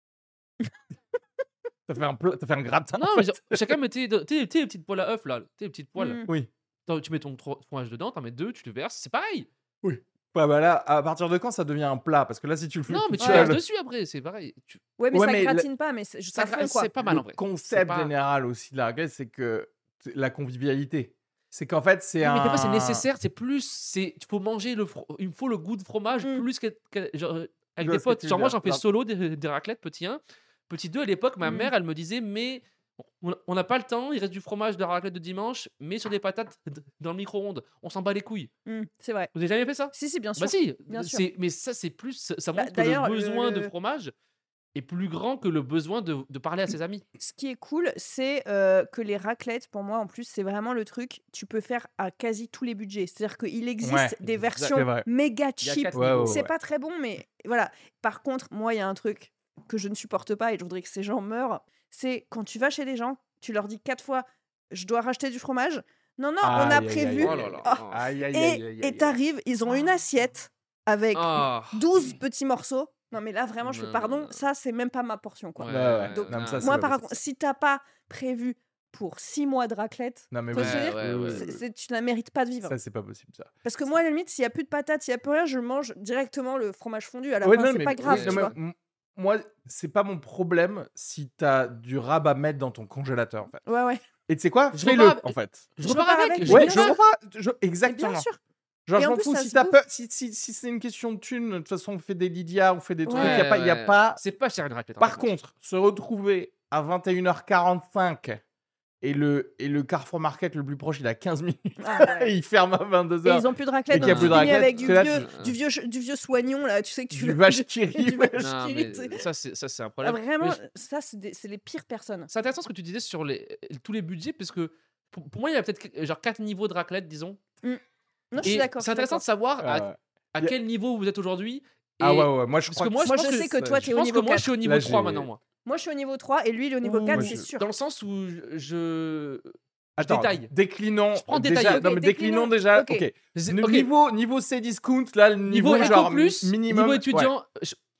T'as fait un plat, t'as fait un gratin. Non, en mais fait. genre, chacun mettait. de- Tu sais, tu sais, les petites poêles à œufs là, tu sais, les petites poêles. Mm. Oui. Attends, tu mets ton tro- fromage dedans, t'en mets deux, tu le verses, c'est pareil. Ouais, bah là, à partir de quand ça devient un plat? Parce que là, si tu le fais Non, mais tout tu Ouais. verses seul, dessus après, c'est pareil. Tu- Ouais, mais Ouais, ça mais la- gratine pas, mais c'est- Ça ça gra- fond, quoi. c'est pas mal en le vrai. concept C'est pas- général aussi de la raclette, c'est que c'est la convivialité. C'est qu'en fait, c'est Oui, un. mais des fois, c'est nécessaire, c'est plus. C'est... Il faut manger le. fro- Il me faut le goût de fromage Mm. plus que. que- genre, euh, avec vois des ce que potes. tu veux Genre, moi, dire. j'en fais Non. solo des, des raclettes, petit un. Petit deux, à l'époque, ma Mm. mère, elle me disait, mais. on- On n'a pas le temps, il reste du fromage de la raclette de dimanche, mais sur des patates d- dans le micro-ondes. On s'en bat les couilles. Mm, c'est vrai. Vous avez jamais fait ça? Si, si, bien sûr. Bah si, bien sûr. c'est- mais ça c'est plus, ça ça Bah, montre que le d'ailleurs, le- besoin de le- fromage est plus grand que le besoin de, de parler à ses amis. Ce qui est cool, c'est euh, que les raclettes, pour moi, en plus, c'est vraiment le truc, tu peux faire à quasi tous les budgets. C'est-à-dire qu'il existe Ouais, des exact- versions c'est vrai. méga Il y a cheap. quatre Ouais, niveaux. ouais, C'est pas très bon, mais voilà. Par contre, moi, il y a un truc que je ne supporte pas et je voudrais que ces gens meurent. C'est quand tu vas chez des gens, tu leur dis quatre fois, je dois racheter du fromage. Non, non, on a Aïe, aïe, prévu. aïe, Oh là là. Oh. Aïe, aïe, aïe, Et aïe, aïe, et aïe. t'arrives, ils ont une assiette avec Ah. douze petits morceaux. Non, mais là, vraiment, je fais Non, pardon, non, non. ça, c'est même pas ma portion, quoi. Ouais, Ouais, ouais. Donc, Non, mais ça, c'est Moi, pas par possible. contre, si t'as pas prévu pour six mois de raclette, Non, mais tu vois ouais, ce que je veux Ouais, dire ouais, ouais. euh, c'est- c'est- tu ne la mérites pas de vivre. ça, c'est pas possible, ça. Parce que moi, à la limite, s'il y a plus de patates, s'il y a plus rien, je mange directement le fromage fondu. À la Ouais, fin, non, c'est mais- pas grave, oui, tu non, mais vois. m- moi, c'est pas mon problème si t'as du rab à mettre dans ton congélateur, en fait. Ouais, ouais. Et tu sais quoi? Je Fais-le, repars avec- en fait. Je Je repars repars avec. avec, je Ouais, vais je pas. repars. je- Et Exactement. bien sûr. Genre, Et je en m'en plus, fous. ça Si, se t'as bouffe. peur, si, si, si c'est une question de thunes, de toute façon, on fait des Lydia, on fait des trucs. Il Ouais, n'y a, pas- y a ouais. pas. C'est pas cher une raclette. en Par raclette. contre, se retrouver à vingt et une heures quarante-cinq et le, et le Carrefour Market le plus proche, il a quinze minutes. Ah, ouais. Et il ferme à vingt-deux Et heures. ils ont plus de raclette, Et qu'il y a donc plus tu de finis raclette, avec du parce que là, vieux, tu- du, vieux, ch- du vieux soignon, là, tu sais que tu Du le- vache qui rit. du ouais. vache Non, qui mais rit, tu sais. ça, c'est, ça, c'est un Ah, problème. vraiment, Mais je- ça, c'est des- c'est les pires personnes. c'est intéressant ce que tu disais sur les, tous les budgets, parce que pour, pour moi, il y a peut-être que- genre quatre niveaux de raclette, disons. Non, je suis Et d'accord. c'est intéressant de savoir à, Ouais. à Y a- quel niveau vous êtes aujourd'hui. Ah et- ouais, ouais. Moi, je parce crois que moi, Moi, je je pense sais que ça- toi, je t'es Je au pense niveau que moi, je quatre. suis au niveau Là, trois j'ai- maintenant, moi. Moi, je suis au niveau trois et lui, il est au niveau Ouh, quatre, moi, c'est je- sûr. Dans le sens où je. je... Attends, détaille. déclinons. Je prends déjà, détaillé. Non, Ok, mais déclinons déclinons. déjà. Ok. Ok. je- N- ok. Niveau, niveau C discount, là, le niveau, Niveau, genre éco plus, minimum. niveau ouais. étudiant, je-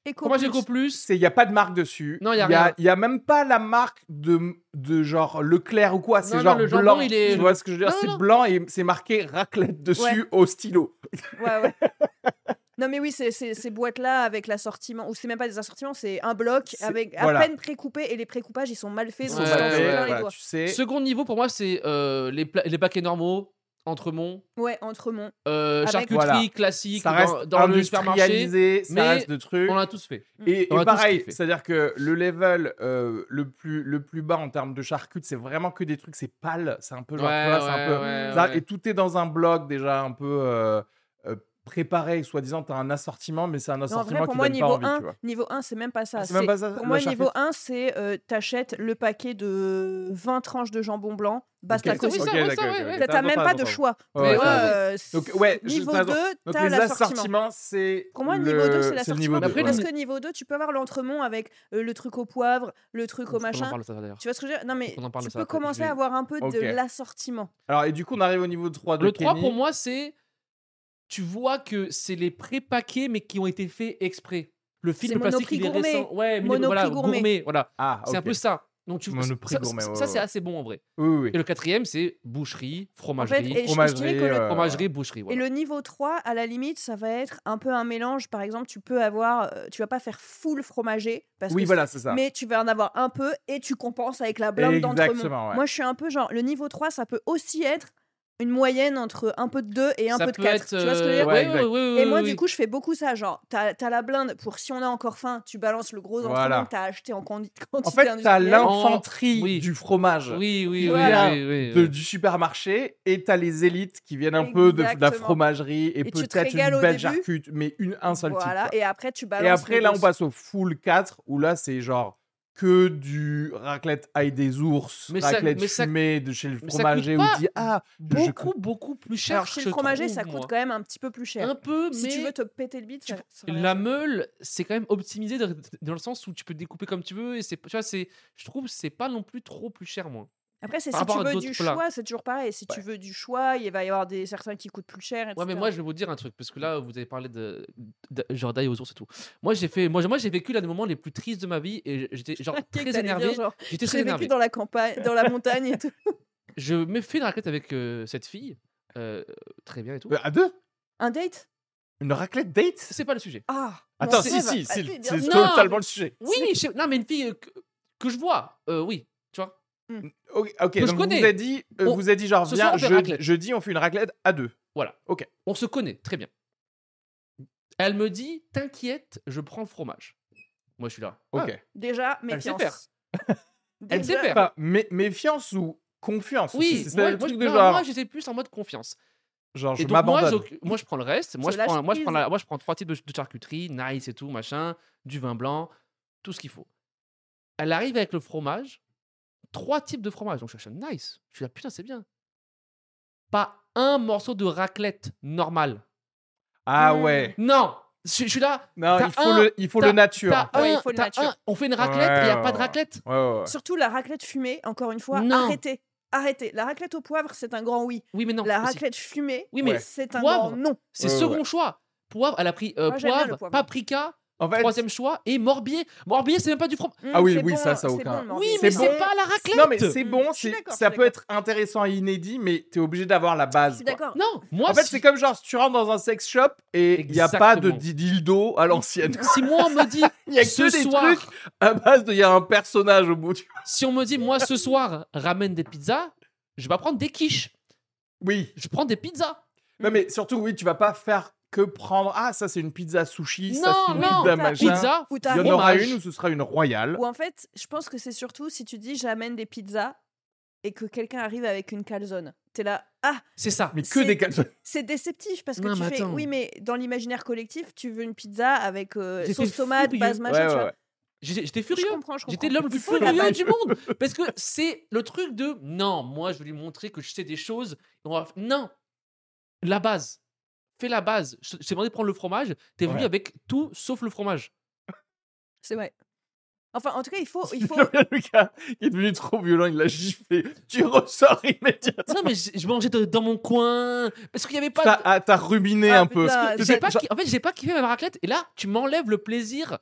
Eco Fromage Plus. Eco Plus. C'est, il n'y a pas de marque dessus. Non, y a y rien. Il n'y a même pas la marque de, de genre Leclerc ou quoi. C'est Non, genre non, le jambon, blanc. il est- Tu vois ce que je veux dire? Non, C'est non. blanc et c'est marqué raclette dessus Ouais. au stylo. Ouais, ouais. Non, mais oui, c'est, c'est, ces boîtes-là avec l'assortiment, ou c'est même pas des assortiments, c'est un bloc C'est- avec voilà. à peine précoupé et les précoupages ils sont mal faits. Ils donc sont Ouais, tu t'en mal fous faits, plein les voilà, doigts. tu sais. Second niveau pour moi, c'est euh, les, pla- les paquets normaux, entremont, Ouais, Entremont. euh, Avec- charcuterie Voilà. classique Ça reste dans, dans le supermarché. industrialisé, ça mais reste de trucs. On l'a tous fait. Et, On et a tous pareil, kiffé. c'est-à-dire que le level euh, le, plus, le plus bas en termes de charcutes, c'est vraiment que des trucs, c'est pâle, c'est un peu genre, tu vois, c'est un peu... ouais, ça- ouais. Et tout est dans un bloc déjà un peu euh, euh, préparé, soi-disant, tu as un assortiment, mais c'est un Non, en assortiment vrai, pour qui moi, donne pas niveau envie, un, tu vois. niveau un, c'est même pas ça. Ah, c'est même pas ça, Pour la moi, niveau charcuterie un, c'est euh, t'achètes le paquet de vingt tranches de jambon blanc, basta Ok, cosy. oui, ça, ok, ouais, ça, d'accord, ouais, ok, ouais. ok. T'as T'as t'as même raison, pas t'as de raison. choix. Ouais, Mais ouais, Moi, ouais, euh, Donc, ouais, je- niveau t'as raison. deux, Donc t'as les l'assortiment. assortiments, c'est Pour moi, le... niveau deux, c'est c'est le l'assortiment. niveau deux. Après, ouais. Parce que niveau deux, tu peux avoir l'entremont avec euh, le truc au poivre, le truc au Faut qu'on en machin. parle de ça, d'ailleurs. Tu vois ce que je veux dire? Non, mais Faut qu'on en parle tu de ça peux après, je commencer vais- à avoir un peu Ok. de l'assortiment. Alors, et du coup, on arrive au niveau trois de Le trois, Kenny. pour moi, c'est. Tu vois que c'est les pré-paquets, mais qui ont été faits exprès. Le film C'est plastique, Monoprix il est gourmet. récent. Ouais, mais Monoprix voilà, gourmet. gourmet. Voilà. Ah, C'est un ok. peu ça. Donc, tu Monoprix ça, gourmet, ça, ouais, ça, ouais, c'est ouais. assez bon en vrai. Oui, oui, oui. Et le quatrième, c'est boucherie, En fait, fromagerie. et je- je Fromagerie, dirais que le, euh, Fromagerie, boucherie. et Voilà. le niveau trois, à la limite, ça va être un peu un mélange. Par exemple, tu peux avoir, euh, tu vas pas faire full fromager, parce Oui, que voilà, c'est ça. mais tu vas en avoir un peu et tu compenses avec la blinde d'entremont. Exactement, ouais. Moi, je suis un peu genre, le niveau trois, ça peut aussi être une moyenne entre un peu de deux et un Ça peu de peut quatre. être, Tu vois ce que je veux euh, dire? Ouais, ouais, exact. ouais, ouais, Et ouais, moi, ouais, du ouais. coup, je fais beaucoup ça. Genre, t'as as la blinde pour si on a encore faim, tu balances le gros Voilà. entremont que t'as acheté en quanti- quantité En fait, t'as industrielle. l'infanterie Oui. du fromage Oui, oui, qui oui, vient oui, oui, de- oui. du supermarché et t'as les élites qui viennent un peu de, de la Exactement. fromagerie et, Et tu te peut-être régales une au belle début. charcute, mais une, un seul Voilà. type. quoi. Et après, tu balances. Et après, le là, on dos. passe au full quatre où là, c'est genre que du raclette ail des ours, Mais ça- raclette mais ça- fumée de chez le mais ça coûte fromager où pas il dit ah, je- je- Beaucoup, beaucoup plus cher. Alors, chez je le fromager, trouve, ça coûte moi. quand même un petit peu plus cher. Un peu, Si mais tu veux te péter le bide, tu ça, peux- ça revient la cher. meule, c'est quand même optimisé de- dans le sens où tu peux découper comme tu veux et c'est, tu vois, c'est, je trouve, que c'est pas non plus trop plus cher, moi. Après, c'est par si tu rapport à veux d'autres du plats. choix, c'est toujours pareil. Si tu veux du choix, il va y avoir des certains qui coûtent plus cher, et cetera. Ouais, mais moi, je vais vous dire un truc parce que là, vous avez parlé de, de genre d'ail aux ours et tout. Moi, j'ai fait, moi, moi, j'ai vécu l'un des moments les plus tristes de ma vie et j'étais genre Ok, très t'allais dire, énervé. genre, J'étais très j'ai énervé. vécu dans la campagne, dans la montagne et tout. Je me fais une raclette avec euh, cette fille, euh, très bien et tout. Euh, à deux Un date? Une raclette date C'est pas le sujet. Ah Attends, mon si, rêve. si, Ah, c'est bien c'est sûr. Non, totalement mais- le sujet. Oui, je- non, mais une fille euh, que, que je vois, euh, oui, tu vois. Ok, ok, Que je donc connais. vous avez dit, euh, On- vous avez dit genre, ce viens, soir, on fait je, raclette. jeudi, on fait une raclette à deux. Voilà. Ok. On se connaît, très bien. Elle me dit, t'inquiète, je prends le fromage. Moi, je suis là. Ok. Ah, Déjà, Elle sait méfiance. faire. Elle Déjà- sait faire. Enfin, mé- méfiance ou confiance aussi, Oui, c'est moi, le moi, truc je- de non, genre, moi, j'étais plus en mode confiance. genre, je Et donc, moi, m'abandonne. je, moi, je prends le reste. Moi, Je je lâche prends, moi, je prends, prise. la- moi, je prends trois types de, de charcuterie, nice et tout, machin, du vin blanc, tout ce qu'il faut. Elle arrive avec le fromage, trois types de fromage. Donc, je suis là, nice. Je suis là, putain, c'est bien. Pas un morceau de raclette normal. Ah Hmm. ouais. Non, je, je suis là. Non, T'as il faut un- le, il faut t'as- le nature. T'as Ouais, il un- faut le t'as nature. un- on fait une raclette, il Ouais, n'y a ouais, pas de ouais. raclette. Ouais, ouais, ouais. Surtout la raclette fumée, encore une fois, Non. arrêtez. Arrêtez. La raclette au poivre, c'est un grand oui. Oui, mais non. La aussi. raclette fumée, Oui, mais Ouais. c'est un poivre, grand non. c'est Ouais, second ouais. choix. Poivre, elle a pris euh, Moi, j'aime bien le poivre, poivre. paprika, En fait, troisième choix, et morbier. Morbier, c'est même pas du fromage. Hum, Ah oui, c'est oui, bon, ça, ça a c'est aucun- bon, le morbier. Oui, C'est mais bon. c'est pas la raclette. non, mais c'est Mm, bon, je suis c'est- d'accord, je ça suis peut être intéressant et inédit, mais t'es obligé d'avoir la Je base. suis quoi. d'accord. Non, moi, En fait, si, c'est comme genre, si tu rentres dans un sex shop et il n'y a pas de Exactement. di- dildo à l'ancienne. si moi on me dit Il y a que ce des soir, trucs à base de, il y a un personnage au bout. tu vois. si on me dit moi ce soir ramène des pizzas, je vais pas prendre des quiches, Oui. je prends des pizzas. Non, mais surtout, oui, tu vas pas faire que prendre. Ah, ça, c'est une pizza sushi. ça, Non, c'est une non, pizza machin. Pizza, Ou Il t'as y en aura fromage. une ou ce sera une royale. Ou en fait, je pense que c'est surtout si tu dis j'amène des pizzas et que quelqu'un arrive avec une calzone. T'es là, ah, c'est ça. Mais que c'est- des calzones. c'est déceptif parce que Non, tu mais fais, attends. oui, mais dans l'imaginaire collectif, tu veux une pizza avec euh, J'étais sauce tomate, furieux. base machin, Ouais, tu ouais, vois. ouais. J'étais j'étais Je furieux. comprends, je comprends. J'étais l'homme le plus Il faut la furieux base. du monde. Parce que c'est le truc de non, moi je vais lui montrer que je sais des choses. On va... Non, la base. Fais la base. Je je t'ai demandé de prendre le fromage. T'es venu Ouais. avec tout sauf le fromage. C'est vrai. Enfin, en tout cas, il faut, il faut. J'aime bien le gars qui est devenu trop violent, il l'a giflé. Tu ressors immédiatement. Non, mais je, je mangeais de- dans mon coin. Parce qu'il n'y avait pas. T'as de- ah, t'as ruminé Ah, un peu. putain, Tu J'ai sais, pas genre- ki- En fait, j'ai pas kiffé ma raclette. Et là, tu m'enlèves le plaisir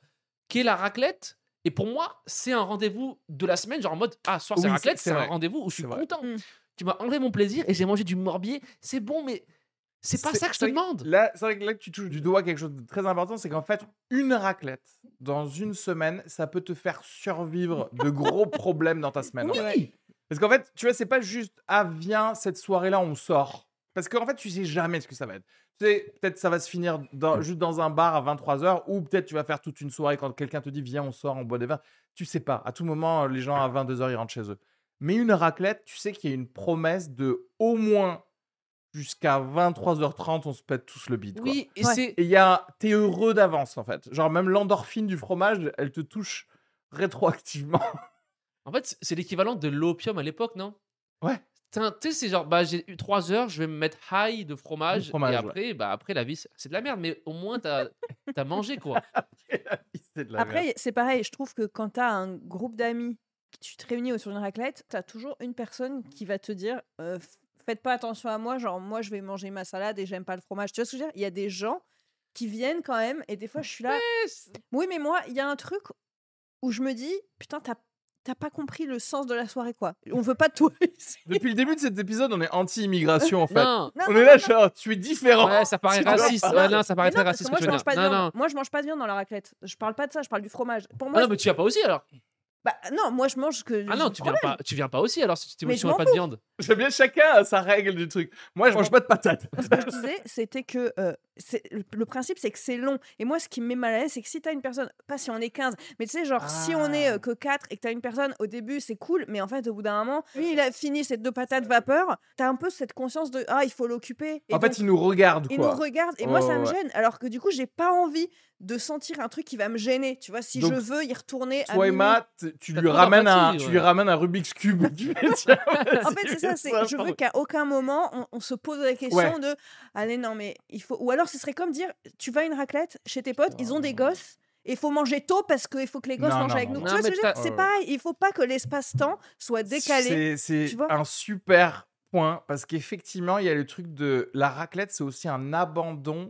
qu'est la raclette. Et pour moi, c'est un rendez-vous de la semaine, genre en mode ah, ce soir c'est Oui, raclette, c'est- c'est, c'est un vrai. rendez-vous où je suis C'est vrai. content. Mm. Tu m'as enlevé mon plaisir et j'ai mangé du morbier. C'est bon, mais c'est pas ça que je te c'est vrai demande. Là, c'est vrai que là que tu touches du doigt quelque chose de très important, c'est qu'en fait, une raclette dans une semaine, ça peut te faire survivre de gros problèmes dans ta semaine. en fait. Oui. Parce qu'en fait, tu vois, c'est pas juste ah viens cette soirée-là on sort. Parce qu'en fait, tu sais jamais ce que ça va être. Tu sais, peut-être ça va se finir dans- juste dans un bar à vingt-trois heures, ou peut-être tu vas faire toute une soirée quand quelqu'un te dit viens on sort, on boit des vins. Tu sais pas. À tout moment, les gens à vingt-deux heures ils rentrent chez eux. Mais une raclette, tu sais qu'il y a une promesse de au moins jusqu'à vingt-trois heures trente, on se pète tous le bide. quoi. Oui, et Ouais. c'est. Et il y a, t'es heureux d'avance en fait. Genre même l'endorphine du fromage, elle te touche rétroactivement. En fait, c'est l'équivalent de l'opium à l'époque, non? Ouais. T'as un- Tu sais, c'est genre, bah, j'ai eu trois heures, je vais me mettre high de fromage, fromage, et ouais. après, bah, après la vie, c'est- c'est de la merde, mais au moins, t'as as mangé, quoi. C'est de la merde. Après, c'est pareil, je trouve que quand t'as un groupe d'amis, que tu te réunis autour d'une raclette, t'as toujours une personne qui va te dire euh, f- faites pas attention à moi, genre moi je vais manger ma salade et j'aime pas le fromage. Tu vois ce que je veux dire? Il y a des gens qui viennent quand même, et des fois je suis là. Eh, c'est- Oui, mais moi, il y a un truc où je me dis putain, t'as t'as pas compris le sens de la soirée, quoi. On veut pas de toi ici. Depuis le début de cet épisode, on est anti-immigration en fait. Non, Non, on non, est là, non, non. genre, tu es différent. ouais, ça paraît Tu dois raciste. pas- Ouais, non, ça paraît Mais très non, parce raciste que ce moi que je tu veux mange pas dire. de Non, viande. non. Moi je mange pas de viande dans la raclette. Je parle pas de ça, je parle du fromage. Pour Ah moi, non, mais tu viens pas aussi alors. bah non, moi je mange que. Ah non, j'ai tu pas viens pas, tu viens pas aussi alors si tu Mais tu je manges m'en pas de viande. J'aime bien chacun a sa règle du truc. Moi, je mange pas de patates. Ce que je disais, c'était que euh, c'est- le, le principe, c'est que c'est long. Et moi, ce qui me met mal à l'aise, c'est que si t'as une personne, pas si on est quinze, mais tu sais, genre, si on est euh, Ah. que quatre et que t'as une personne, au début, c'est cool, mais en fait, au bout d'un moment, lui, il a fini ses deux patates vapeur, t'as un peu cette conscience de ah, il faut l'occuper. Et En donc, fait, ils nous regardent il quoi. nous regarde, et moi, Ouais, ça me ouais, ouais. gêne. Alors que du coup, j'ai pas envie de sentir un truc qui va me gêner. Tu vois, si Donc, je veux y retourner à Toi, minuit- Emma, t- tu T'as lui trop ramènes un, d'empathie, tu ouais. lui ramènes un Rubik's cube. Tu fais, tiens, En vas-y, fait, c'est ça, mets c'est ça je par- veux qu'à aucun moment on, on se pose la question Ouais. de allez non mais il faut ou alors ce serait comme dire tu vas à une raclette chez tes potes, ils ont des gosses et il faut manger tôt parce qu'il faut que les gosses Non, mangent non, avec non, nous. non. Tu vois Non, ce que mais je veux dire? t'as- C'est Ouais. pareil, il faut pas que l'espace-temps soit décalé. C'est- C'est tu vois. un super point parce qu'effectivement, il y a le truc de la raclette, c'est aussi un abandon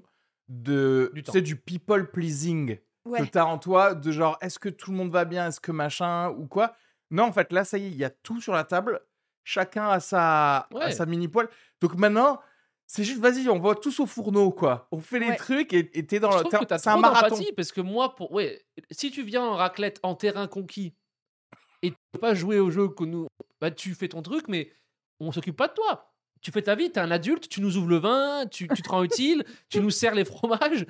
de Du tu temps. sais, du people pleasing que Ouais. tu as en toi, de genre est-ce que tout le monde va bien, est-ce que machin ou quoi. Non, en fait, là, ça y est, il y a tout sur la table. Chacun a sa, a Ouais. sa mini poêle. Donc maintenant, c'est juste vas-y, on va tous au fourneau, quoi. On fait les Ouais. trucs et et t'es dans Je le. trouve t'es- que t'as C'est un trop marathon. d'empathie parce que moi, pour ouais, si tu viens en raclette en terrain conquis et tu peux pas jouer au jeu que nous, bah tu fais ton truc, mais on s'occupe pas de toi. Tu fais ta vie, t'es un adulte, tu nous ouvres le vin, tu, tu te rends utile, tu nous sers les fromages,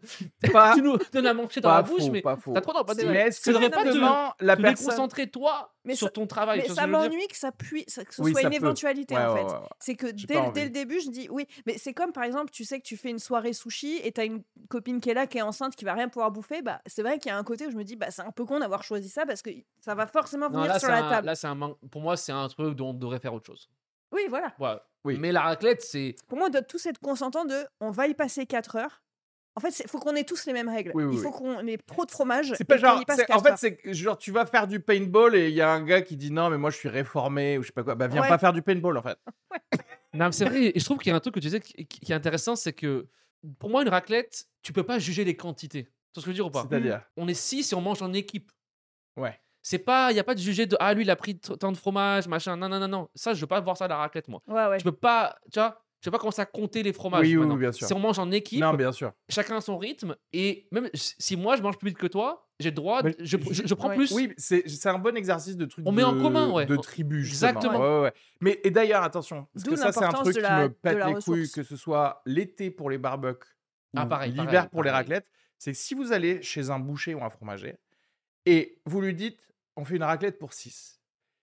Pas, tu nous donnes à manger dans pas la bouche, faux, mais pas faux. t'as trop d'empathie. Mais est-ce que Ça devrait pas te- justement, la te personne. déconcentrer toi Mais sur ça- ton travail. Mais tu vois ce ça que je veux dire m'ennuie que ça puisse, que ce Oui, soit ça une peut. éventualité Ouais, en ouais, fait. ouais, ouais. C'est que J'ai dès, pas le- envie. dès le début, je dis oui. Mais c'est comme par exemple, tu sais que tu fais une soirée sushi et t'as une copine qui est là, qui est enceinte, qui va rien pouvoir bouffer. Bah, c'est vrai qu'il y a un côté où je me dis, bah, c'est un peu con d'avoir choisi ça parce que ça va forcément Non, venir là, sur c'est la un- table. là, c'est un manque. Pour moi, c'est un truc dont on devrait faire autre chose. Oui, voilà. Ouais. Oui. Mais la raclette, c'est. Pour moi, on doit tous être consentants de on va y passer quatre heures. En fait, il faut qu'on ait tous les mêmes règles. Oui, oui, il faut oui. qu'on ait trop de fromage. C'est pas et qu'on genre. y passe c'est- En quatre fait, heures. c'est que, genre, tu vas faire du paintball et il y a un gars qui dit non, mais moi je suis réformé ou je sais pas quoi. Bah, viens Ouais. pas faire du paintball en fait. Non, mais c'est vrai. Et je trouve qu'il y a un truc que tu disais qui, qui est intéressant, c'est que pour moi, une raclette, tu peux pas juger les quantités. Tu vois ce que je veux dire ou pas? C'est-à-dire. On est six et on mange en équipe. Ouais. C'est pas, il y a pas de juger de ah lui il a pris t- tant de fromage, machin. Non non non non. Ça je veux pas voir ça à la raclette moi. Ouais, ouais. Je peux pas, tu vois, je peux pas commencer à compter les fromages. Oui, oui, maintenant. oui, bien sûr. Si on mange en équipe, Non, bien sûr. chacun a son rythme et même si moi je mange plus vite que toi, j'ai le droit, Mais je, je, je prends ouais. plus. Oui, c'est c'est un bon exercice de truc On de, met en commun, ouais. de tribu, justement. Exactement. Ouais, ouais, ouais. Mais et d'ailleurs, attention, parce D'où que ça, c'est un l'importance truc de qui la- me de pète la les couilles, ressource. que ce soit l'été pour les barbecues ou Ah, pareil, l'hiver pareil, pour les pareil. raclettes, c'est que si vous allez chez un boucher ou un fromager et vous lui dites, on fait une raclette pour six.